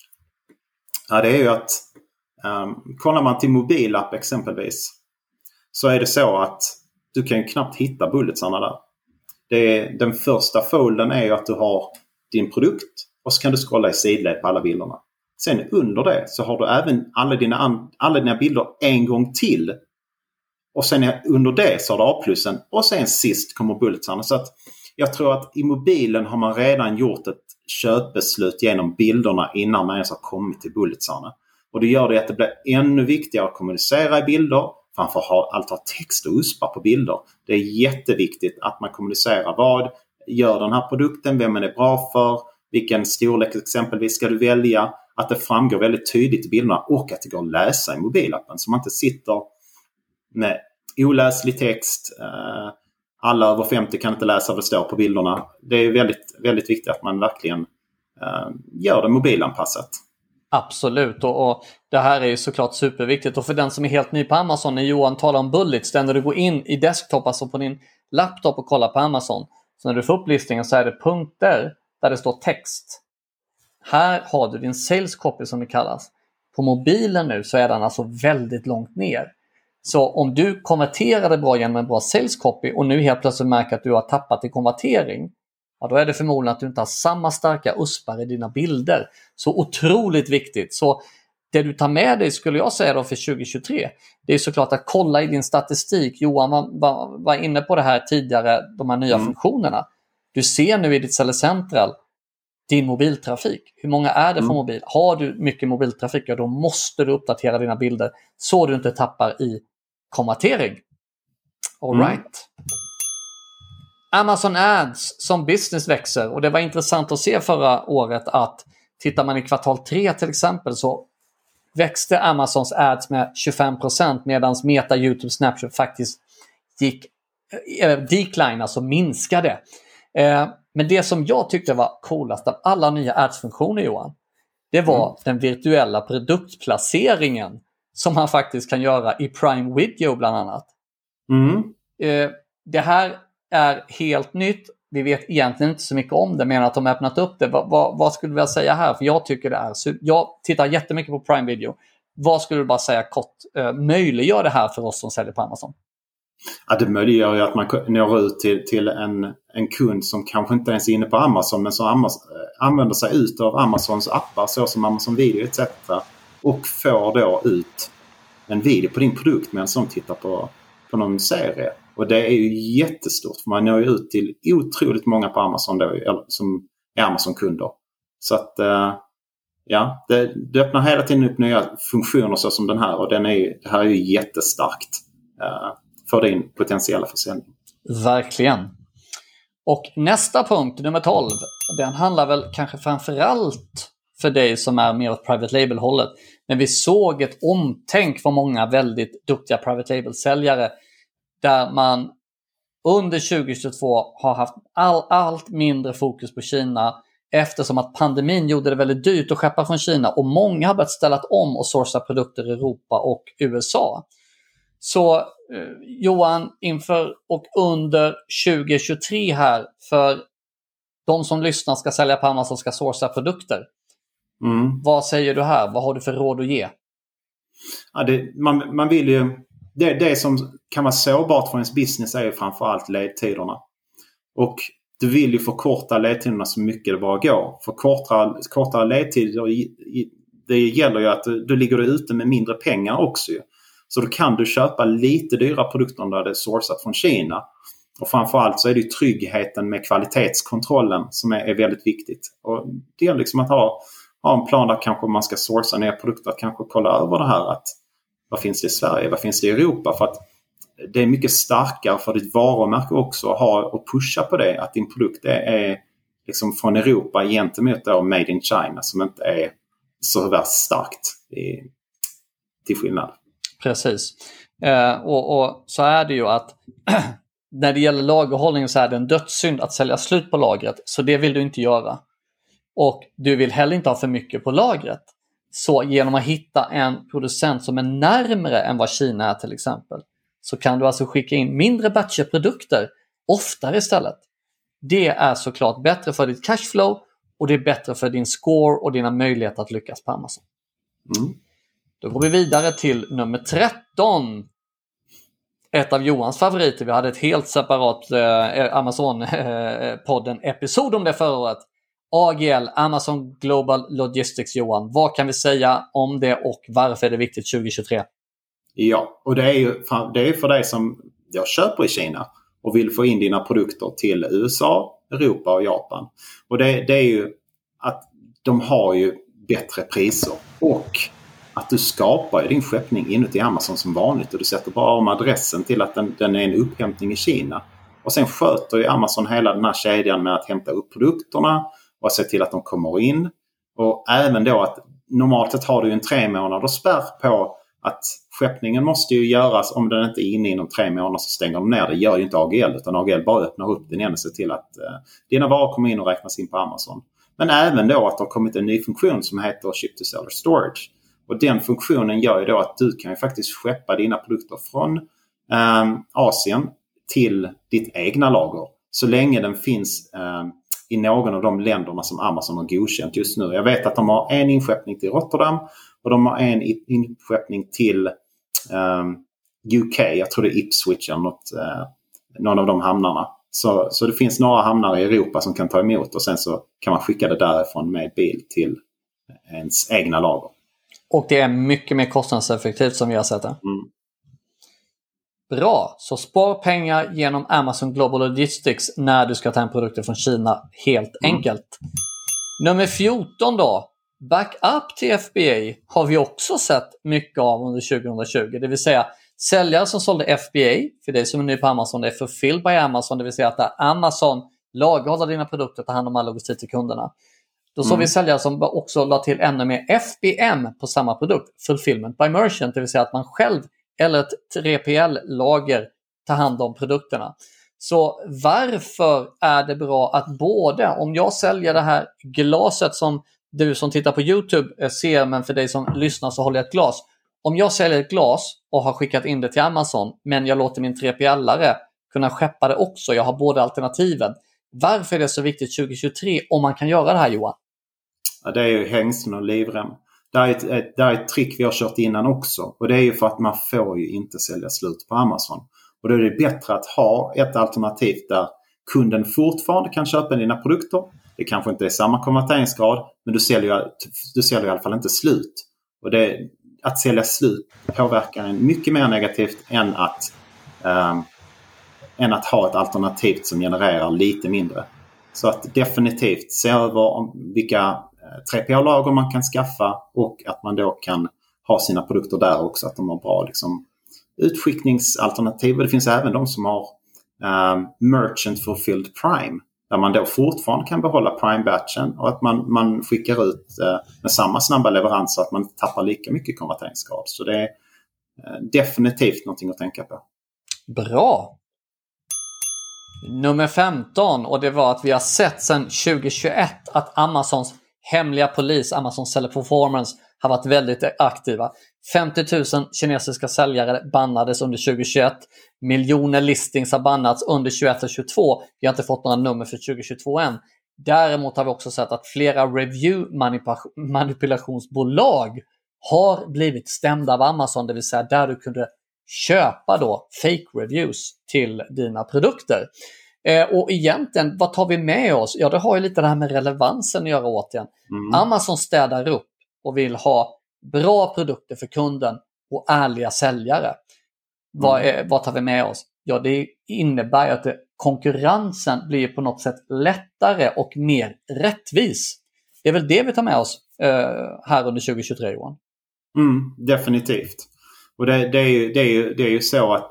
Ja, det är ju att kollar man till mobilapp exempelvis, så är det så att du kan ju knappt hitta bulletsarna där. Den första folden är ju att du har din produkt och så kan du scrolla i sidled på alla bilderna. Sen under det så har du även alla dina bilder en gång till. Och sen under det så har du A+, och sen sist kommer bulletsarna. Så att jag tror att i mobilen har man redan gjort ett köpbeslut genom bilderna innan man ens har kommit till bulletsarna. Och det gör det att det blir ännu viktigare att kommunicera i bilder, framför allt ha text och USPar på bilder. Det är jätteviktigt att man kommunicerar vad gör den här produkten, vem är det bra för, vilken storlek exempelvis ska du välja, att det framgår väldigt tydligt i bilderna och att det går att läsa i mobilappen så man inte sitter med oläslig text. Alla över 50 kan inte läsa vad det står på bilderna. Det är väldigt, väldigt viktigt att man verkligen gör det mobilanpassat. Absolut, och det här är ju såklart superviktigt. Och för den som är helt ny på Amazon, när Johan talar om bullets, när du går in i desktop, alltså på din laptop och kollar på Amazon, så när du får upp listningen så är det punkter där det står text. Här har du din sales copy som det kallas. På mobilen nu så är den alltså väldigt långt ner. Så om du konverterade bra genom en bra sales copy och nu helt plötsligt märker att du har tappat i konvertering, ja, då är det förmodligen att du inte har samma starka uspar i dina bilder. Så otroligt viktigt. Så det du tar med dig, skulle jag säga då, för 2023, det är såklart att kolla i din statistik. Johan var inne på det här tidigare, de här nya funktionerna. Du ser nu i ditt Seller Central din mobiltrafik. Hur många är det för mobil? Har du mycket mobiltrafik, ja, då måste du uppdatera dina bilder så du inte tappar i konvertering. All right. Amazon Ads som business växer, och det var intressant att se förra året att tittar man i kvartal 3 till exempel, så växte Amazons ads med 25% medan Meta, YouTube, Snapchat faktiskt gick decline, alltså minskade. Men det som jag tyckte var coolast av alla nya ads-funktioner, Johan, det var den virtuella produktplaceringen som man faktiskt kan göra i Prime Video bland annat. Det här är helt nytt. Vi vet egentligen inte så mycket om det, men att de har öppnat upp det. Vad skulle du vilja säga här? För jag tycker det är... Jag tittar jättemycket på Prime Video. Vad skulle du bara säga kort möjliggör det här för oss som säljer på Amazon? Ja, det möjliggör ju att man når ut till en kund som kanske inte ens är inne på Amazon, men som använder sig ut av Amazons appar, så som Amazon Video etc. Och får då ut en video på din produkt medan de tittar på någon serie. Och det är ju jättestort, för man når ju ut till otroligt många på Amazon då, som är Amazon-kunder. Så att ja, det öppnar hela tiden upp nya funktioner så som den här, och det här är ju jättestarkt för din potentiella försäljning. Verkligen. Och nästa punkt, nummer 12, den handlar väl kanske framförallt för dig som är mer åt private label-hållet. Men vi såg ett omtänk för många väldigt duktiga private label-säljare där man under 2022 har haft allt mindre fokus på Kina, eftersom att pandemin gjorde det väldigt dyrt att skeppa från Kina, och många har börjat ställa om och sourca produkter i Europa och USA. Så Johan, inför och under 2023 här, för de som lyssnar ska sälja på Amazon, ska sourca produkter. Vad säger du här? Vad har du för råd att ge? Ja, man vill ju... Det som kan vara sårbart för ens business är ju framförallt ledtiderna. Och du vill ju förkorta ledtiderna så mycket det bara går. För kortare ledtider, det gäller ju att du ligger ute med mindre pengar också. Så då kan du köpa lite dyra produkter om du hade sourcat från Kina. Och framförallt så är det ju tryggheten med kvalitetskontrollen som är väldigt viktigt. Och det är liksom att ha en plan där kanske man ska sourca ner produkter, att kanske kolla över det här, att vad finns det i Sverige, vad finns det i Europa, för att det är mycket starkare för ditt varumärke också att ha och pusha på det, att din produkt är liksom från Europa gentemot då Made in China, som inte är så värst starkt till skillnad. Precis. Och så är det ju att när det gäller lagerhållning så är det en dödssynd att sälja slut på lagret, så det vill du inte göra. Och du vill heller inte ha för mycket på lagret. Så genom att hitta en producent som är närmare än vad Kina är till exempel, så kan du alltså skicka in mindre batchprodukter oftare istället. Det är såklart bättre för ditt cashflow, och det är bättre för din score och dina möjligheter att lyckas på Amazon. Då går vi vidare till nummer 13. Ett av Johans favoriter. Vi hade ett helt separat Amazon-podden episod om det förra året. AGL, Amazon Global Logistics, Johan. Vad kan vi säga om det och varför är det viktigt 2023? Ja, och det är för dig som jag köper i Kina och vill få in dina produkter till USA, Europa och Japan. Och det är ju att de har ju bättre priser, och att du skapar din skeppning inuti Amazon som vanligt, och du sätter bara om adressen till att den är en upphämtning i Kina. Och sen sköter ju Amazon hela den här kedjan med att hämta upp produkterna och se till att de kommer in. Och även då att normalt sett har du en 3 månader spärr på att skeppningen måste ju göras, om den inte är inne inom 3 månader så stänger de ner. Det gör ju inte AGL, utan AGL bara öppnar upp den igen och ser till att dina varor kommer in och räknas in på Amazon. Men även då att det har kommit en ny funktion som heter Ship to Seller Storage. Och den funktionen gör ju då att du kan ju faktiskt skeppa dina produkter från Asien till ditt egna lager, så länge den finns i någon av de länderna som Amazon har godkänt just nu. Jag vet att de har en inskeppning till Rotterdam och de har en inskeppning till UK. Jag tror det är Ipswich eller någon av de hamnarna. Så det finns några hamnar i Europa som kan ta emot och sen så kan man skicka det därifrån med bil till ens egna lager. Och det är mycket mer kostnadseffektivt som vi har sett det. Bra, så spar pengar genom Amazon Global Logistics när du ska ta en produkter från Kina, helt enkelt. Nummer 14 då. Backup till FBA har vi också sett mycket av under 2020. Det vill säga säljare som sålde FBA, för dig som är ny på Amazon, det är fulfilled by Amazon. Det vill säga att Amazon lagerhåller dina produkter och tar hand om all logistik till kunderna. Då såg vi säljare som också la till ännu mer FBM på samma produkt. Fulfillment by Merchant, det vill säga att man själv eller ett 3PL-lager tar hand om produkterna. Så varför är det bra att både, om jag säljer det här glaset som du som tittar på YouTube ser, men för dig som lyssnar så håller jag ett glas. Om jag säljer ett glas och har skickat in det till Amazon, men jag låter min 3PL-are kunna skeppa det också, jag har båda alternativen. Varför är det så viktigt 2023 om man kan göra det här, Johan? Ja, det är ju hängslen och livrem. Det är ett trick vi har kört innan också. Och det är ju för att man får ju inte sälja slut på Amazon. Och då är det bättre att ha ett alternativ där kunden fortfarande kan köpa dina produkter. Det kanske inte är samma konverteringsgrad, men du säljer i alla fall inte slut. Och att sälja slut påverkar en mycket mer negativt än att ha ett alternativ som genererar lite mindre. Så att definitivt se över vilka 3PL-lager man kan skaffa och att man då kan ha sina produkter där också, att de har bra utskickningsalternativ. Det finns även de som har Merchant Fulfilled Prime, där man då fortfarande kan behålla Prime-batchen och att man skickar ut med samma snabba leverans så att man tappar lika mycket konverteringsgrad. Så det är definitivt någonting att tänka på. Bra! Nummer 15, och det var att vi har sett sedan 2021 att Amazons hemliga polis, Amazon Seller Performance, har varit väldigt aktiva. 50 000 kinesiska säljare bannades under 2021. Miljoner listings har bannats under 2021 och 2022. Vi har inte fått några nummer för 2022 än. Däremot har vi också sett att flera review-manipulationsbolag har blivit stämda av Amazon. Det vill säga där du kunde köpa då fake reviews till dina produkter. Och egentligen, vad tar vi med oss? Ja, det har ju lite det här med relevansen att göra återigen. Amazon städar upp och vill ha bra produkter för kunden och ärliga säljare. Vad tar vi med oss? Ja, det innebär att konkurrensen blir på något sätt lättare och mer rättvis. Det är väl det vi tar med oss här under 2023, Johan? Definitivt. Och det är ju så att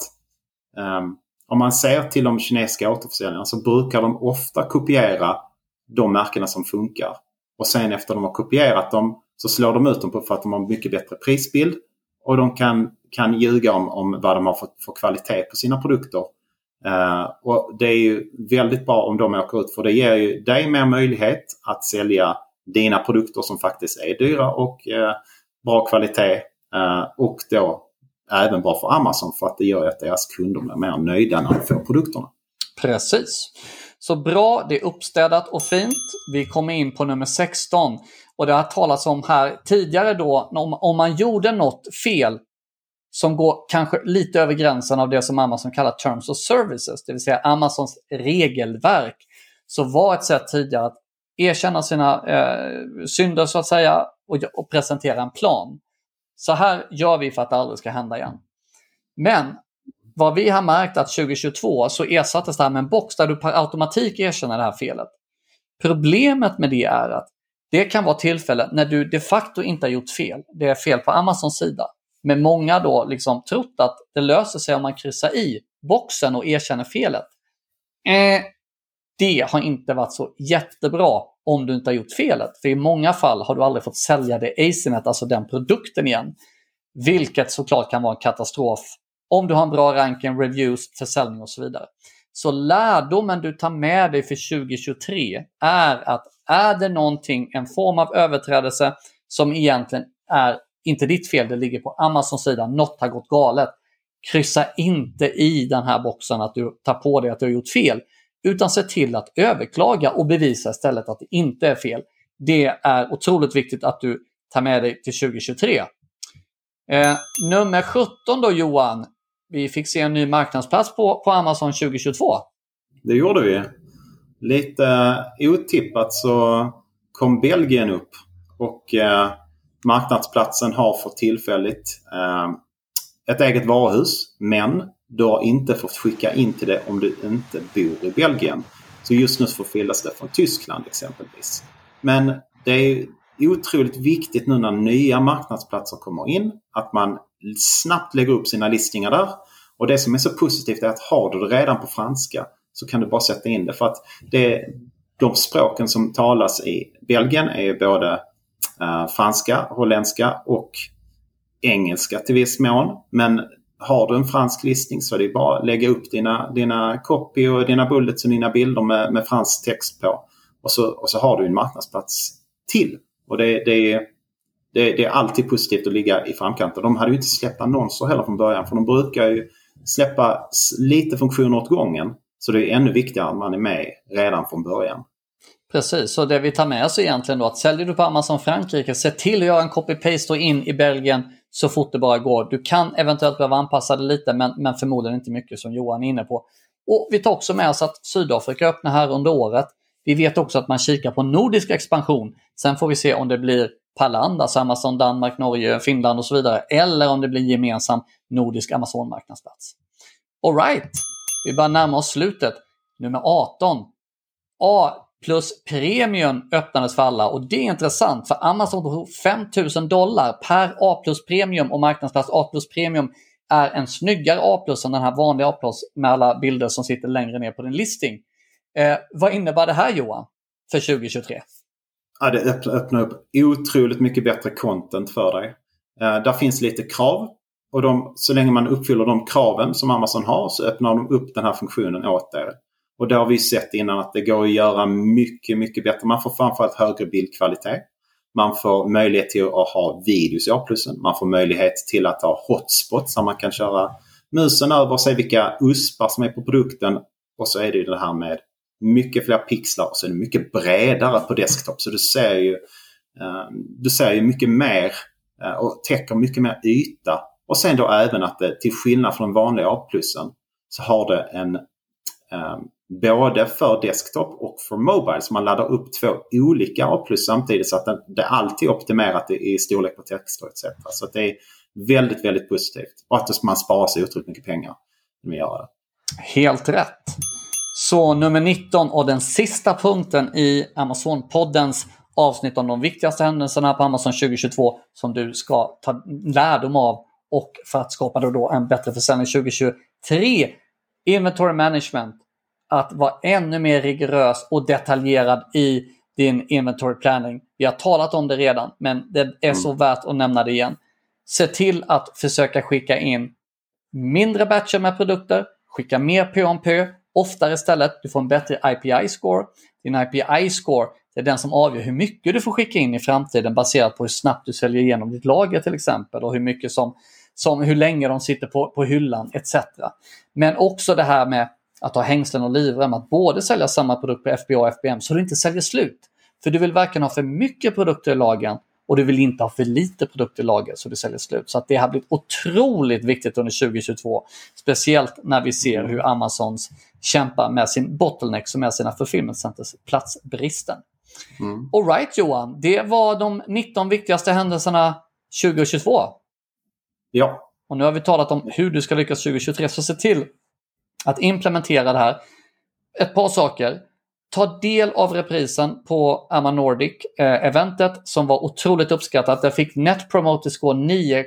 om man ser till de kinesiska återförsäljarna så brukar de ofta kopiera de märkena som funkar. Och sen efter de har kopierat dem så slår de ut dem för att de har mycket bättre prisbild. Och de kan ljuga om vad de har för kvalitet på sina produkter. Och det är ju väldigt bra om de åker ut, för det ger ju dig mer möjlighet att sälja dina produkter som faktiskt är dyra och bra kvalitet. Och då även bra för Amazon, för att det gör att deras kunder är mer nöjda när de får produkterna. Precis. Så bra, det är uppstädat och fint. Vi kommer in på nummer 16. Och det har talats om här tidigare då, om man gjorde något fel som går kanske lite över gränsen av det som Amazon kallar Terms of Services, det vill säga Amazons regelverk, så var ett sätt tidigare att erkänna sina synder så att säga och presentera en plan. Så här gör vi för att det aldrig ska hända igen. Men vad vi har märkt att 2022 så ersattes det här med en box där du per automatik erkänner det här felet. Problemet med det är att det kan vara tillfällen när du de facto inte har gjort fel. Det är fel på Amazons sida. Men många då liksom trott att det löser sig om man kryssar i boxen och erkänner felet. Det har inte varit så jättebra om du inte har gjort felet. För i många fall har du aldrig fått sälja det Acinet, alltså den produkten igen. Vilket såklart kan vara en katastrof om du har en bra ranking, reviews, försäljning och så vidare. Så lärdomen du tar med dig för 2023 är att är det någonting, en form av överträdelse som egentligen är inte ditt fel, det ligger på Amazons sida, något har gått galet. Kryssa inte i den här boxen att du tar på dig att du har gjort fel, utan se till att överklaga och bevisa istället att det inte är fel. Det är otroligt viktigt att du tar med dig till 2023. Nummer 17 då, Johan. Vi fick se en ny marknadsplats på Amazon 2022. det gjorde vi. Lite otippat så kom Belgien upp och marknadsplatsen har för tillfälligt ett eget varuhus, men du har inte fått skicka in till det om du inte bor i Belgien. Så just nu förfyllas det från Tyskland exempelvis. Men det är otroligt viktigt nu när nya marknadsplatser kommer in att man snabbt lägger upp sina listningar där. Och det som är så positivt är att har du det redan på franska så kan du bara sätta in det. För att de språken som talas i Belgien är ju både franska, holländska och engelska till viss mån. Men har du en fransk listning så är det bara att lägga upp dina copy och dina bullets och dina bilder med fransk text på. Och så har du en marknadsplats till. Och det är alltid positivt att ligga i framkant. Och de hade ju inte släppt annonser heller från början. För de brukar ju släppa lite funktioner åt gången. Så det är ännu viktigare att man är med redan från början. Precis, så det vi tar med oss egentligen då att säljer du på Amazon Frankrike, se till att göra en copy-paste och in i Belgien så fort det bara går. Du kan eventuellt behöva anpassa det lite men förmodligen inte mycket som Johan är inne på. Och vi tar också med oss att Sydafrika öppnar här under året. Vi vet också att man kikar på nordisk expansion. Sen får vi se om det blir per land, alltså Amazon, Danmark, Norge, Finland och så vidare. Eller om det blir gemensam nordisk Amazon-marknadsplats. All right, vi bara närmar oss slutet. Nummer 18. A plus premium öppnades för alla. Och det är intressant för Amazon tog $5,000 per A plus premium och marknadsplats A plus premium är en snyggare A plus än den här vanliga A plus med alla bilder som sitter längre ner på din listing. Vad innebär det här Johan för 2023? Ja, det öppnar upp otroligt mycket bättre content för dig. Där finns lite krav och så länge man uppfyller de kraven som Amazon har så öppnar de upp den här funktionen åt er. Och det har vi sett innan att det går att göra mycket, mycket bättre. Man får framförallt högre bildkvalitet. Man får möjlighet till att ha videos i A+. Man får möjlighet till att ha hotspots så man kan köra musen över och se vilka uspar som är på produkten. Och så är det ju det här med mycket fler pixlar och så är det mycket bredare på desktop. Så du ser ju mycket mer och täcker mycket mer yta. Och sen då även att det, till skillnad från vanliga A+, så har det en både för desktop och för mobile. Så man laddar upp 2 olika A+ samtidigt så att det är alltid optimerat i storlek på texter etc. Så att det är väldigt, väldigt positivt. Och att man sparar sig otroligt mycket pengar när man gör det. Helt rätt. Så nummer 19 och den sista punkten i Amazon-poddens avsnitt om de viktigaste händelserna på Amazon 2022 som du ska ta lärdom av och för att skapa då en bättre försäljning 2023. Inventory management. Att vara ännu mer rigorös och detaljerad i din inventory planning. Vi har talat om det redan men det är så värt att nämna det igen. Se till att försöka skicka in mindre batcher med produkter. Skicka mer pö om pö. Oftare istället. Du får en bättre IPI-score. Din IPI-score är den som avgör hur mycket du får skicka in i framtiden baserat på hur snabbt du säljer igenom ditt lager till exempel. Och hur mycket som hur länge de sitter på hyllan etc. Men också det här med att ha hängslen och livrem. Att både sälja samma produkt på FBA och FBM så du inte säljer slut. För du vill varken ha för mycket produkter i lagren och du vill inte ha för lite produkter i lager så du säljer slut. Så att det har blivit otroligt viktigt under 2022. Speciellt när vi ser hur Amazons kämpar med sin bottleneck som är sina fulfillment centers platsbristen. All right Johan, det var de 19 viktigaste händelserna 2022. Ja. Och nu har vi talat om hur du ska lyckas 2023 så se till att implementera det här. Ett par saker. Ta del av reprisen på Amma Nordic eventet som var otroligt uppskattat. Det fick Net Promoter Score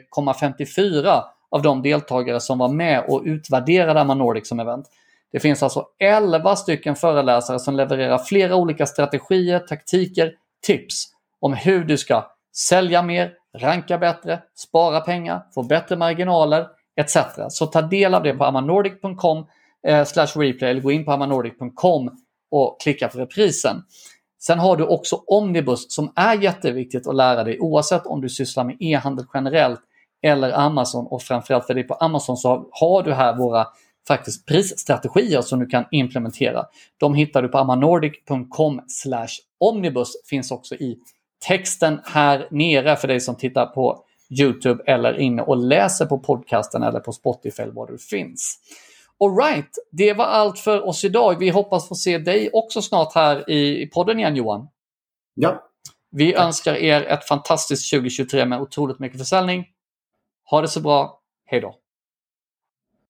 9,54 av de deltagare som var med och utvärderade Amma Nordic som event. Det finns alltså 11 stycken föreläsare som levererar flera olika strategier, taktiker, tips om hur du ska sälja mer, ranka bättre, spara pengar, få bättre marginaler etc. Så ta del av det på ammanordic.com/replay eller gå in på ammanordic.com och klicka på reprisen. Sen har du också Omnibus som är jätteviktigt att lära dig oavsett om du sysslar med e-handel generellt eller Amazon och framförallt för dig på Amazon så har du här våra faktiskt prisstrategier som du kan implementera. De hittar du på ammanordic.com/omnibus finns också i texten här nere för dig som tittar på YouTube eller inne och läser på podcasten eller på Spotify eller var du finns. All right, det var allt för oss idag. Vi hoppas få se dig också snart här i podden igen, Johan. Ja. Vi önskar er ett fantastiskt 2023 med otroligt mycket försäljning. Ha det så bra. Hej då.